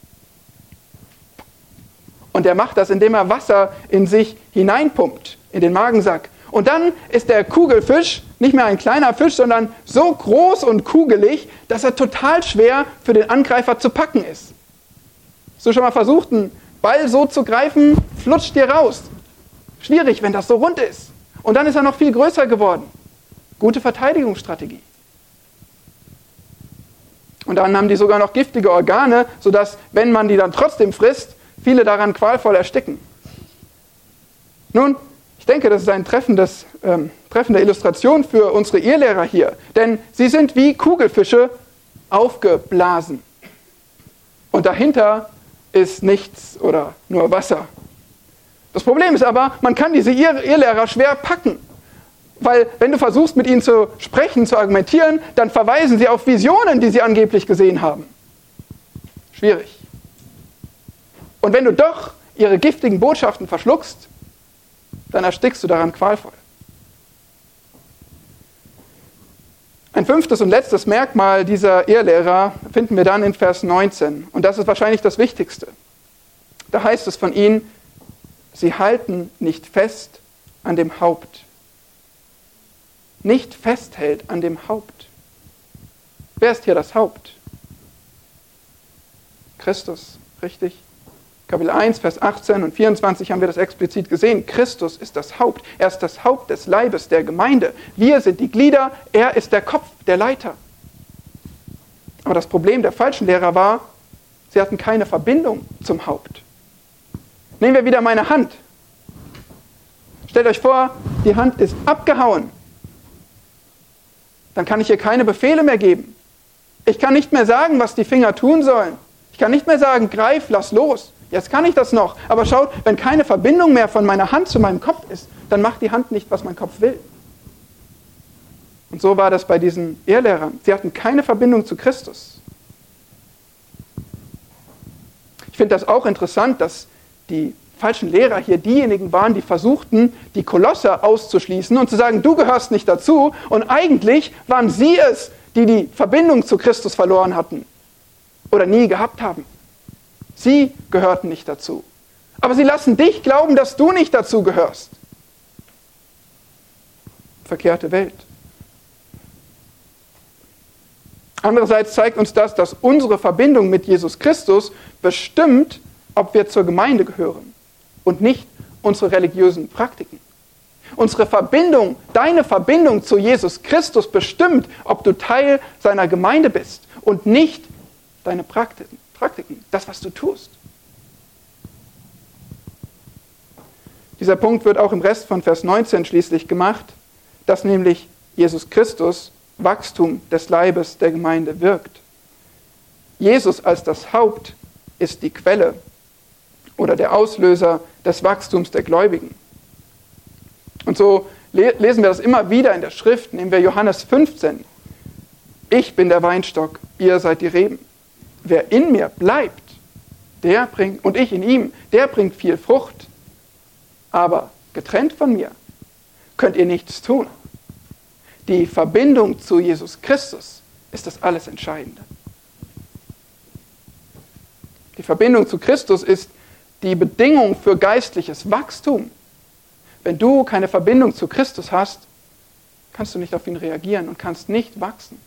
Und der macht das, indem er Wasser in sich hineinpumpt, in den Magensack. Und dann ist der Kugelfisch nicht mehr ein kleiner Fisch, sondern so groß und kugelig, dass er total schwer für den Angreifer zu packen ist. Hast du schon mal versucht, einen Ball so zu greifen, flutscht dir raus. Schwierig, wenn das so rund ist. Und dann ist er noch viel größer geworden. Gute Verteidigungsstrategie. Und dann haben die sogar noch giftige Organe, sodass, wenn man die dann trotzdem frisst, viele daran qualvoll ersticken. Nun, ich denke, das ist eine treffendes, ähm, treffende Illustration für unsere Irrlehrer hier. Denn sie sind wie Kugelfische aufgeblasen. Und dahinter ist nichts oder nur Wasser. Das Problem ist aber, man kann diese Irr- Irrlehrer schwer packen. Weil wenn du versuchst, mit ihnen zu sprechen, zu argumentieren, dann verweisen sie auf Visionen, die sie angeblich gesehen haben. Schwierig. Und wenn du doch ihre giftigen Botschaften verschluckst, dann erstickst du daran qualvoll. Ein fünftes und letztes Merkmal dieser Irrlehrer finden wir dann in Vers neunzehn. Und das ist wahrscheinlich das Wichtigste. Da heißt es von ihnen, sie halten nicht fest an dem Haupt. Nicht festhält an dem Haupt. Wer ist hier das Haupt? Christus, richtig? Kapitel eins, Vers achtzehn und vierundzwanzig haben wir das explizit gesehen. Christus ist das Haupt. Er ist das Haupt des Leibes, der Gemeinde. Wir sind die Glieder, er ist der Kopf, der Leiter. Aber das Problem der falschen Lehrer war, sie hatten keine Verbindung zum Haupt. Nehmen wir wieder meine Hand. Stellt euch vor, die Hand ist abgehauen. Dann kann ich ihr keine Befehle mehr geben. Ich kann nicht mehr sagen, was die Finger tun sollen. Ich kann nicht mehr sagen, greif, lass los. Jetzt kann ich das noch. Aber schaut, wenn keine Verbindung mehr von meiner Hand zu meinem Kopf ist, dann macht die Hand nicht, was mein Kopf will. Und so war das bei diesen Irrlehrern. Sie hatten keine Verbindung zu Christus. Ich finde das auch interessant, dass die falschen Lehrer hier diejenigen waren, die versuchten, die Kolosser auszuschließen und zu sagen, du gehörst nicht dazu. Und eigentlich waren sie es, die die Verbindung zu Christus verloren hatten oder nie gehabt haben. Sie gehörten nicht dazu. Aber sie lassen dich glauben, dass du nicht dazu gehörst. Verkehrte Welt. Andererseits zeigt uns das, dass unsere Verbindung mit Jesus Christus bestimmt, ob wir zur Gemeinde gehören und nicht unsere religiösen Praktiken. Unsere Verbindung, deine Verbindung zu Jesus Christus bestimmt, ob du Teil seiner Gemeinde bist und nicht deine Praktiken. Praktiken, das, was du tust. Dieser Punkt wird auch im Rest von Vers neunzehn schließlich gemacht, dass nämlich Jesus Christus Wachstum des Leibes der Gemeinde wirkt. Jesus als das Haupt ist die Quelle oder der Auslöser des Wachstums der Gläubigen. Und so lesen wir das immer wieder in der Schrift, nehmen wir Johannes fünfzehn. Ich bin der Weinstock, ihr seid die Reben. Wer in mir bleibt, der bringt, und ich in ihm, der bringt viel Frucht. Aber getrennt von mir könnt ihr nichts tun. Die Verbindung zu Jesus Christus ist das alles Entscheidende. Die Verbindung zu Christus ist die Bedingung für geistliches Wachstum. Wenn du keine Verbindung zu Christus hast, kannst du nicht auf ihn reagieren und kannst nicht wachsen.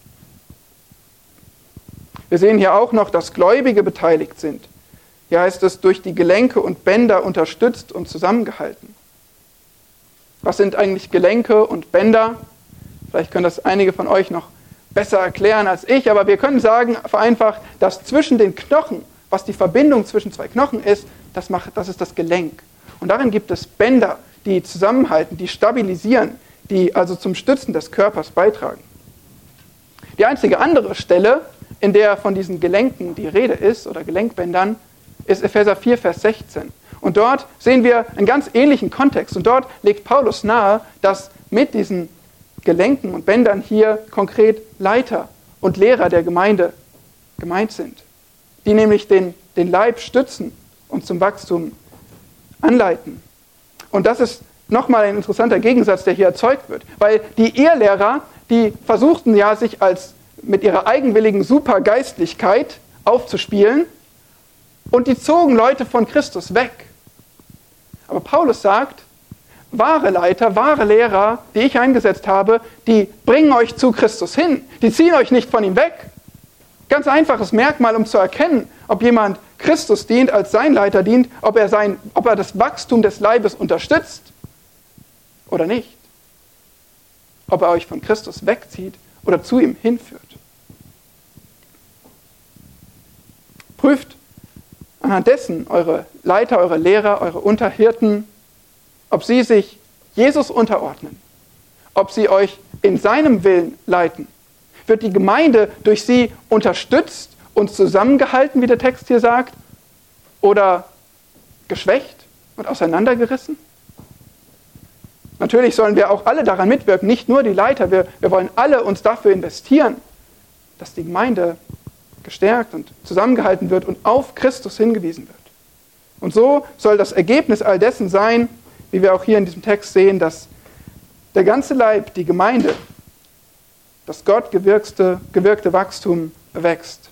Wir sehen hier auch noch, dass Gläubige beteiligt sind. Hier heißt es, durch die Gelenke und Bänder unterstützt und zusammengehalten. Was sind eigentlich Gelenke und Bänder? Vielleicht können das einige von euch noch besser erklären als ich, aber wir können sagen, vereinfacht, dass zwischen den Knochen, was die Verbindung zwischen zwei Knochen ist, das, macht, das ist das Gelenk. Und darin gibt es Bänder, die zusammenhalten, die stabilisieren, die also zum Stützen des Körpers beitragen. Die einzige andere Stelle, in der von diesen Gelenken die Rede ist, oder Gelenkbändern, ist Epheser vier, Vers sechzehn. Und dort sehen wir einen ganz ähnlichen Kontext. Und dort legt Paulus nahe, dass mit diesen Gelenken und Bändern hier konkret Leiter und Lehrer der Gemeinde gemeint sind, die nämlich den, den Leib stützen und zum Wachstum anleiten. Und das ist nochmal ein interessanter Gegensatz, der hier erzeugt wird. Weil die Irrlehrer, die versuchten ja, sich als mit ihrer eigenwilligen Supergeistlichkeit aufzuspielen und die zogen Leute von Christus weg. Aber Paulus sagt, wahre Leiter, wahre Lehrer, die ich eingesetzt habe, die bringen euch zu Christus hin. Die ziehen euch nicht von ihm weg. Ganz einfaches Merkmal, um zu erkennen, ob jemand Christus dient, als sein Leiter dient, ob er, sein, ob er das Wachstum des Leibes unterstützt oder nicht. Ob er euch von Christus wegzieht oder zu ihm hinführt. Prüft anhand dessen eure Leiter, eure Lehrer, eure Unterhirten, ob sie sich Jesus unterordnen, ob sie euch in seinem Willen leiten. Wird die Gemeinde durch sie unterstützt und zusammengehalten, wie der Text hier sagt, oder geschwächt und auseinandergerissen? Natürlich sollen wir auch alle daran mitwirken, nicht nur die Leiter. Wir, wir wollen alle uns dafür investieren, dass die Gemeinde gestärkt und zusammengehalten wird und auf Christus hingewiesen wird. Und so soll das Ergebnis all dessen sein, wie wir auch hier in diesem Text sehen, dass der ganze Leib, die Gemeinde, das Gott gewirkte, gewirkte Wachstum wächst.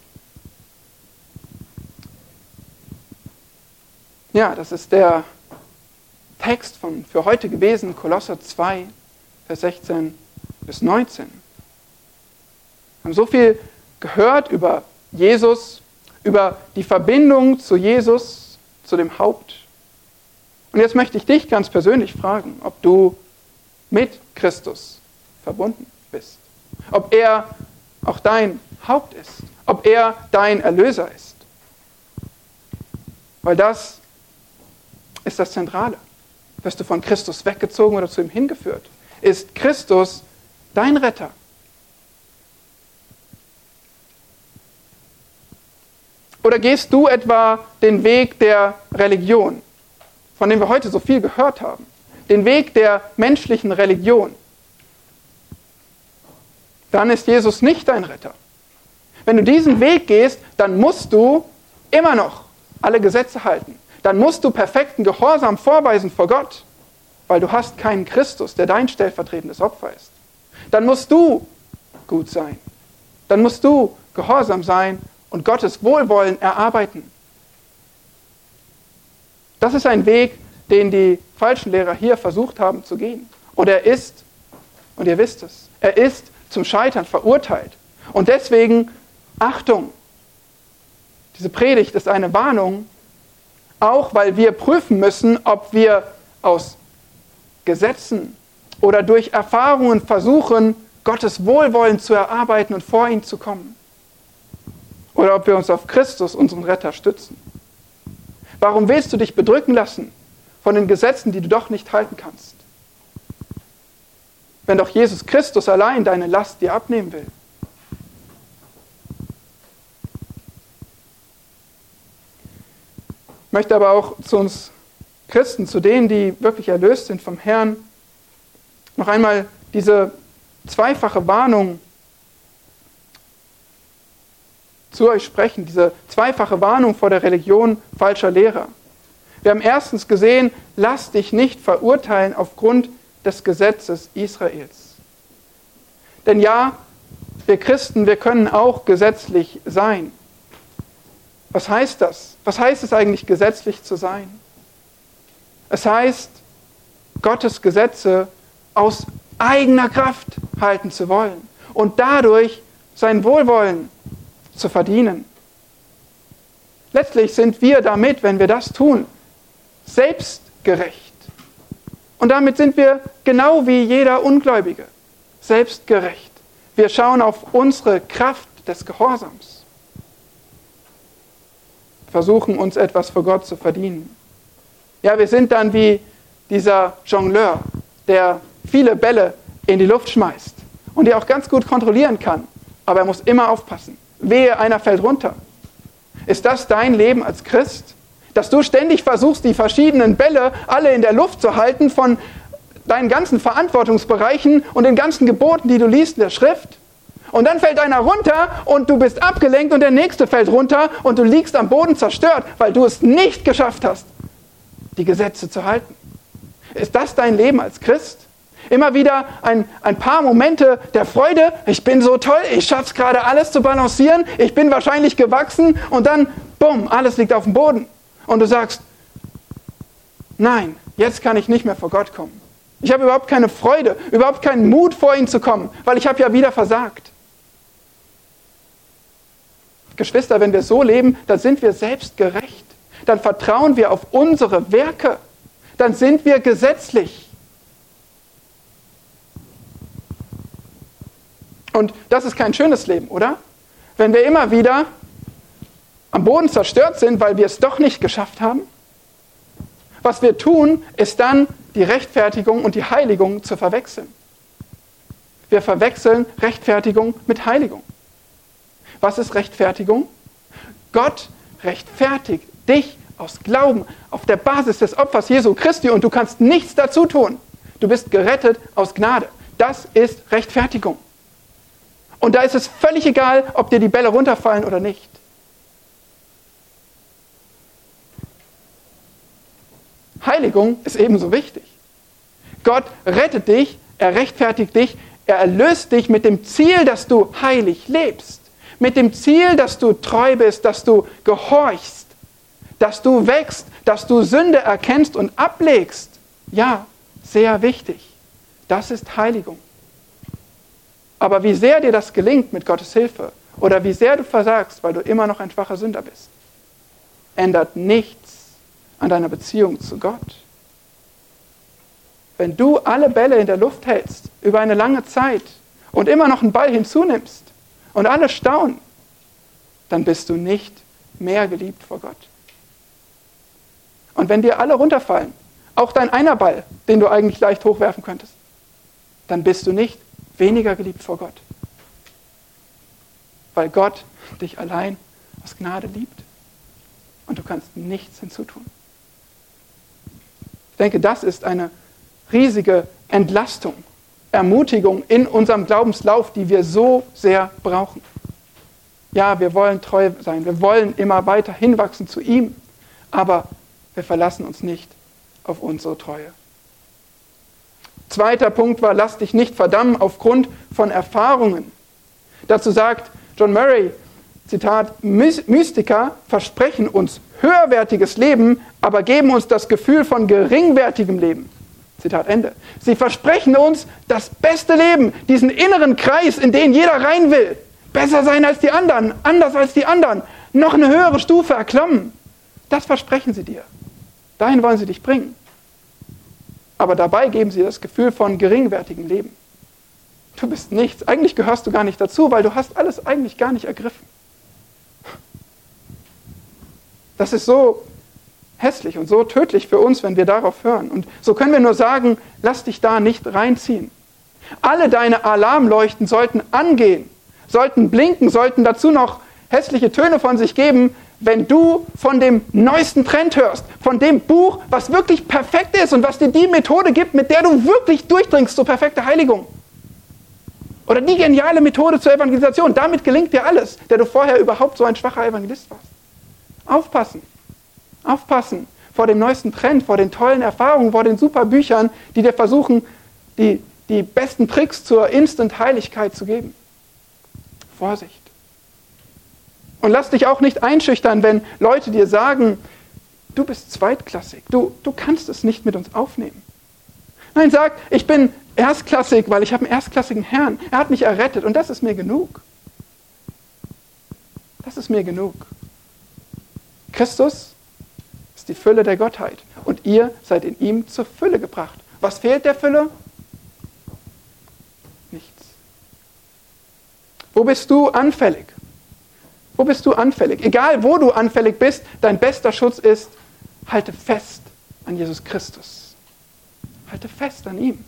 Ja, das ist der Text von, für heute gewesen, Kolosser zwei, Vers sechzehn bis neunzehn. Wir haben so viel gehört über Jesus, über die Verbindung zu Jesus, zu dem Haupt. Und jetzt möchte ich dich ganz persönlich fragen, ob du mit Christus verbunden bist. Ob er auch dein Haupt ist. Ob er dein Erlöser ist. Weil das ist das Zentrale. Wirst du von Christus weggezogen oder zu ihm hingeführt? Ist Christus dein Retter? Oder gehst du etwa den Weg der Religion, von dem wir heute so viel gehört haben? Den Weg der menschlichen Religion? Dann ist Jesus nicht dein Retter. Wenn du diesen Weg gehst, dann musst du immer noch alle Gesetze halten. Dann musst du perfekten Gehorsam vorweisen vor Gott, weil du hast keinen Christus, der dein stellvertretendes Opfer ist. Dann musst du gut sein. Dann musst du gehorsam sein und Gottes Wohlwollen erarbeiten. Das ist ein Weg, den die falschen Lehrer hier versucht haben zu gehen. Und er ist, und ihr wisst es, er ist zum Scheitern verurteilt. Und deswegen, Achtung, diese Predigt ist eine Warnung, auch weil wir prüfen müssen, ob wir aus Gesetzen oder durch Erfahrungen versuchen, Gottes Wohlwollen zu erarbeiten und vor ihn zu kommen. Oder ob wir uns auf Christus, unseren Retter, stützen. Warum willst du dich bedrücken lassen von den Gesetzen, die du doch nicht halten kannst? Wenn doch Jesus Christus allein deine Last dir abnehmen will. Ich möchte aber auch zu uns Christen, zu denen, die wirklich erlöst sind vom Herrn, noch einmal diese zweifache Warnung zu euch sprechen, diese zweifache Warnung vor der Religion falscher Lehrer. Wir haben erstens gesehen, lass dich nicht verurteilen aufgrund des Gesetzes Israels. Denn ja, wir Christen, wir können auch gesetzlich sein. Was heißt das? Was heißt es eigentlich, gesetzlich zu sein? Es heißt, Gottes Gesetze aus eigener Kraft halten zu wollen und dadurch sein Wohlwollen zu verdienen. Letztlich sind wir damit, wenn wir das tun, selbstgerecht. Und damit sind wir genau wie jeder Ungläubige, selbstgerecht. Wir schauen auf unsere Kraft des Gehorsams, versuchen uns etwas vor Gott zu verdienen. Ja, wir sind dann wie dieser Jongleur, der viele Bälle in die Luft schmeißt und die auch ganz gut kontrollieren kann, aber er muss immer aufpassen. Wehe, einer fällt runter. Ist das dein Leben als Christ? Dass du ständig versuchst, die verschiedenen Bälle alle in der Luft zu halten von deinen ganzen Verantwortungsbereichen und den ganzen Geboten, die du liest in der Schrift? Und dann fällt einer runter und du bist abgelenkt und der nächste fällt runter und du liegst am Boden zerstört, weil du es nicht geschafft hast, die Gesetze zu halten. Ist das dein Leben als Christ? Immer wieder ein, ein paar Momente der Freude, ich bin so toll, ich schaffe es gerade alles zu balancieren, ich bin wahrscheinlich gewachsen und dann, bumm, alles liegt auf dem Boden. Und du sagst, nein, jetzt kann ich nicht mehr vor Gott kommen. Ich habe überhaupt keine Freude, überhaupt keinen Mut, vor ihn zu kommen, weil ich habe ja wieder versagt. Geschwister, wenn wir so leben, dann sind wir selbstgerecht. Dann vertrauen wir auf unsere Werke. Dann sind wir gesetzlich. Und das ist kein schönes Leben, oder? Wenn wir immer wieder am Boden zerstört sind, weil wir es doch nicht geschafft haben. Was wir tun, ist dann die Rechtfertigung und die Heiligung zu verwechseln. Wir verwechseln Rechtfertigung mit Heiligung. Was ist Rechtfertigung? Gott rechtfertigt dich aus Glauben auf der Basis des Opfers Jesu Christi und du kannst nichts dazu tun. Du bist gerettet aus Gnade. Das ist Rechtfertigung. Und da ist es völlig egal, ob dir die Bälle runterfallen oder nicht. Heiligung ist ebenso wichtig. Gott rettet dich, er rechtfertigt dich, er erlöst dich mit dem Ziel, dass du heilig lebst. Mit dem Ziel, dass du treu bist, dass du gehorchst, dass du wächst, dass du Sünde erkennst und ablegst. Ja, sehr wichtig. Das ist Heiligung. Aber wie sehr dir das gelingt mit Gottes Hilfe oder wie sehr du versagst, weil du immer noch ein schwacher Sünder bist, ändert nichts an deiner Beziehung zu Gott. Wenn du alle Bälle in der Luft hältst über eine lange Zeit und immer noch einen Ball hinzunimmst und alle staunen, dann bist du nicht mehr geliebt vor Gott. Und wenn dir alle runterfallen, auch dein einer Ball, den du eigentlich leicht hochwerfen könntest, dann bist du nicht weniger geliebt vor Gott. Weil Gott dich allein aus Gnade liebt und du kannst nichts hinzutun. Ich denke, das ist eine riesige Entlastung, Ermutigung in unserem Glaubenslauf, die wir so sehr brauchen. Ja, wir wollen treu sein, wir wollen immer weiter hinwachsen zu ihm, aber wir verlassen uns nicht auf unsere Treue. Zweiter Punkt war, lass dich nicht verdammen aufgrund von Erfahrungen. Dazu sagt John Murray, Zitat, Mystiker versprechen uns höherwertiges Leben, aber geben uns das Gefühl von geringwertigem Leben. Zitat Ende. Sie versprechen uns das beste Leben, diesen inneren Kreis, in den jeder rein will. Besser sein als die anderen, anders als die anderen, noch eine höhere Stufe erklimmen. Das versprechen sie dir. Dahin wollen sie dich bringen. Aber dabei geben sie das Gefühl von geringwertigem Leben. Du bist nichts. Eigentlich gehörst du gar nicht dazu, weil du hast alles eigentlich gar nicht ergriffen. Das ist so hässlich und so tödlich für uns, wenn wir darauf hören. Und so können wir nur sagen, lass dich da nicht reinziehen. Alle deine Alarmleuchten sollten angehen, sollten blinken, sollten dazu noch hässliche Töne von sich geben, wenn du von dem neuesten Trend hörst, von dem Buch, was wirklich perfekt ist und was dir die Methode gibt, mit der du wirklich durchdringst zur perfekten Heiligung. Oder die geniale Methode zur Evangelisation. Damit gelingt dir alles, der du vorher überhaupt so ein schwacher Evangelist warst. Aufpassen, aufpassen vor dem neuesten Trend, vor den tollen Erfahrungen, vor den super Büchern, die dir versuchen, die, die besten Tricks zur Instant-Heiligkeit zu geben. Vorsicht. Und lass dich auch nicht einschüchtern, wenn Leute dir sagen, du bist zweitklassig, du, du kannst es nicht mit uns aufnehmen. Nein, sag, ich bin erstklassig, weil ich habe einen erstklassigen Herrn. Er hat mich errettet und das ist mir genug. Das ist mir genug. Christus ist die Fülle der Gottheit und ihr seid in ihm zur Fülle gebracht. Was fehlt der Fülle? Nichts. Wo bist du anfällig? Wo bist du anfällig? Egal, wo du anfällig bist, dein bester Schutz ist, halte fest an Jesus Christus. Halte fest an ihm.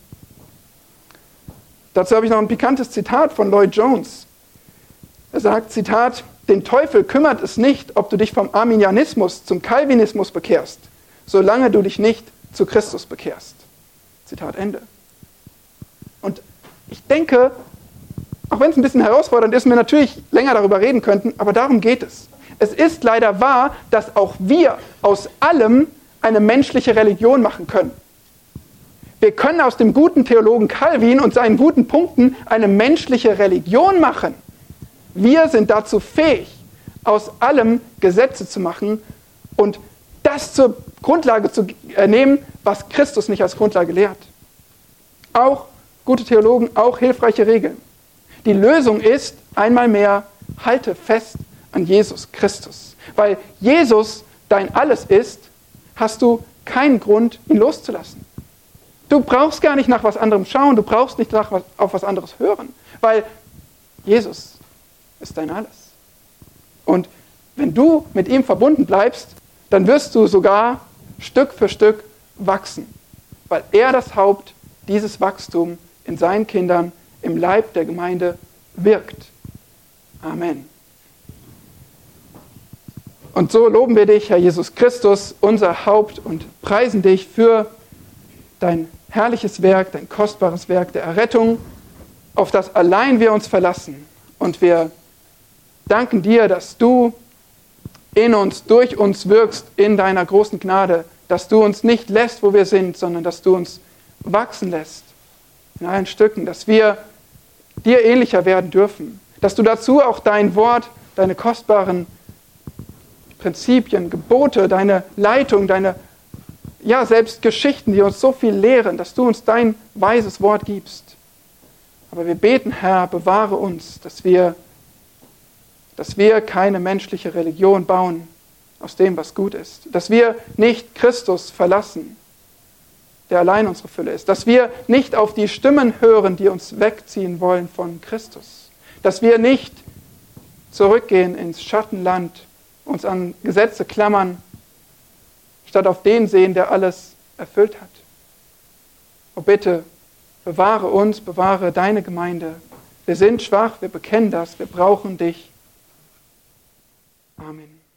Dazu habe ich noch ein pikantes Zitat von Lloyd Jones. Er sagt, Zitat, den Teufel kümmert es nicht, ob du dich vom Arminianismus zum Calvinismus bekehrst, solange du dich nicht zu Christus bekehrst. Zitat Ende. Und ich denke, auch wenn es ein bisschen herausfordernd ist, wir natürlich länger darüber reden könnten, aber darum geht es. Es ist leider wahr, dass auch wir aus allem eine menschliche Religion machen können. Wir können aus dem guten Theologen Calvin und seinen guten Punkten eine menschliche Religion machen. Wir sind dazu fähig, aus allem Gesetze zu machen und das zur Grundlage zu nehmen, was Christus nicht als Grundlage lehrt. Auch gute Theologen, auch hilfreiche Regeln. Die Lösung ist, einmal mehr, halte fest an Jesus Christus. Weil Jesus dein Alles ist, hast du keinen Grund, ihn loszulassen. Du brauchst gar nicht nach was anderem schauen, du brauchst nicht nach was, auf was anderes hören, weil Jesus ist dein Alles. Und wenn du mit ihm verbunden bleibst, dann wirst du sogar Stück für Stück wachsen, weil er das Haupt dieses Wachstum in seinen Kindern im Leib der Gemeinde wirkt. Amen. Und so loben wir dich, Herr Jesus Christus, unser Haupt, und preisen dich für dein herrliches Werk, dein kostbares Werk der Errettung, auf das allein wir uns verlassen. Und wir danken dir, dass du in uns, durch uns wirkst in deiner großen Gnade, dass du uns nicht lässt, wo wir sind, sondern dass du uns wachsen lässt in allen Stücken, dass wir dir ähnlicher werden dürfen, dass du dazu auch dein Wort, deine kostbaren Prinzipien, Gebote, deine Leitung, deine, ja, selbst Geschichten, die uns so viel lehren, dass du uns dein weises Wort gibst. Aber wir beten, Herr, bewahre uns, dass wir dass wir keine menschliche Religion bauen aus dem, was gut ist. Dass wir nicht Christus verlassen, der allein unsere Fülle ist. Dass wir nicht auf die Stimmen hören, die uns wegziehen wollen von Christus. Dass wir nicht zurückgehen ins Schattenland, uns an Gesetze klammern, statt auf den sehen, der alles erfüllt hat. Oh bitte, bewahre uns, bewahre deine Gemeinde. Wir sind schwach, wir bekennen das, wir brauchen dich. Amen.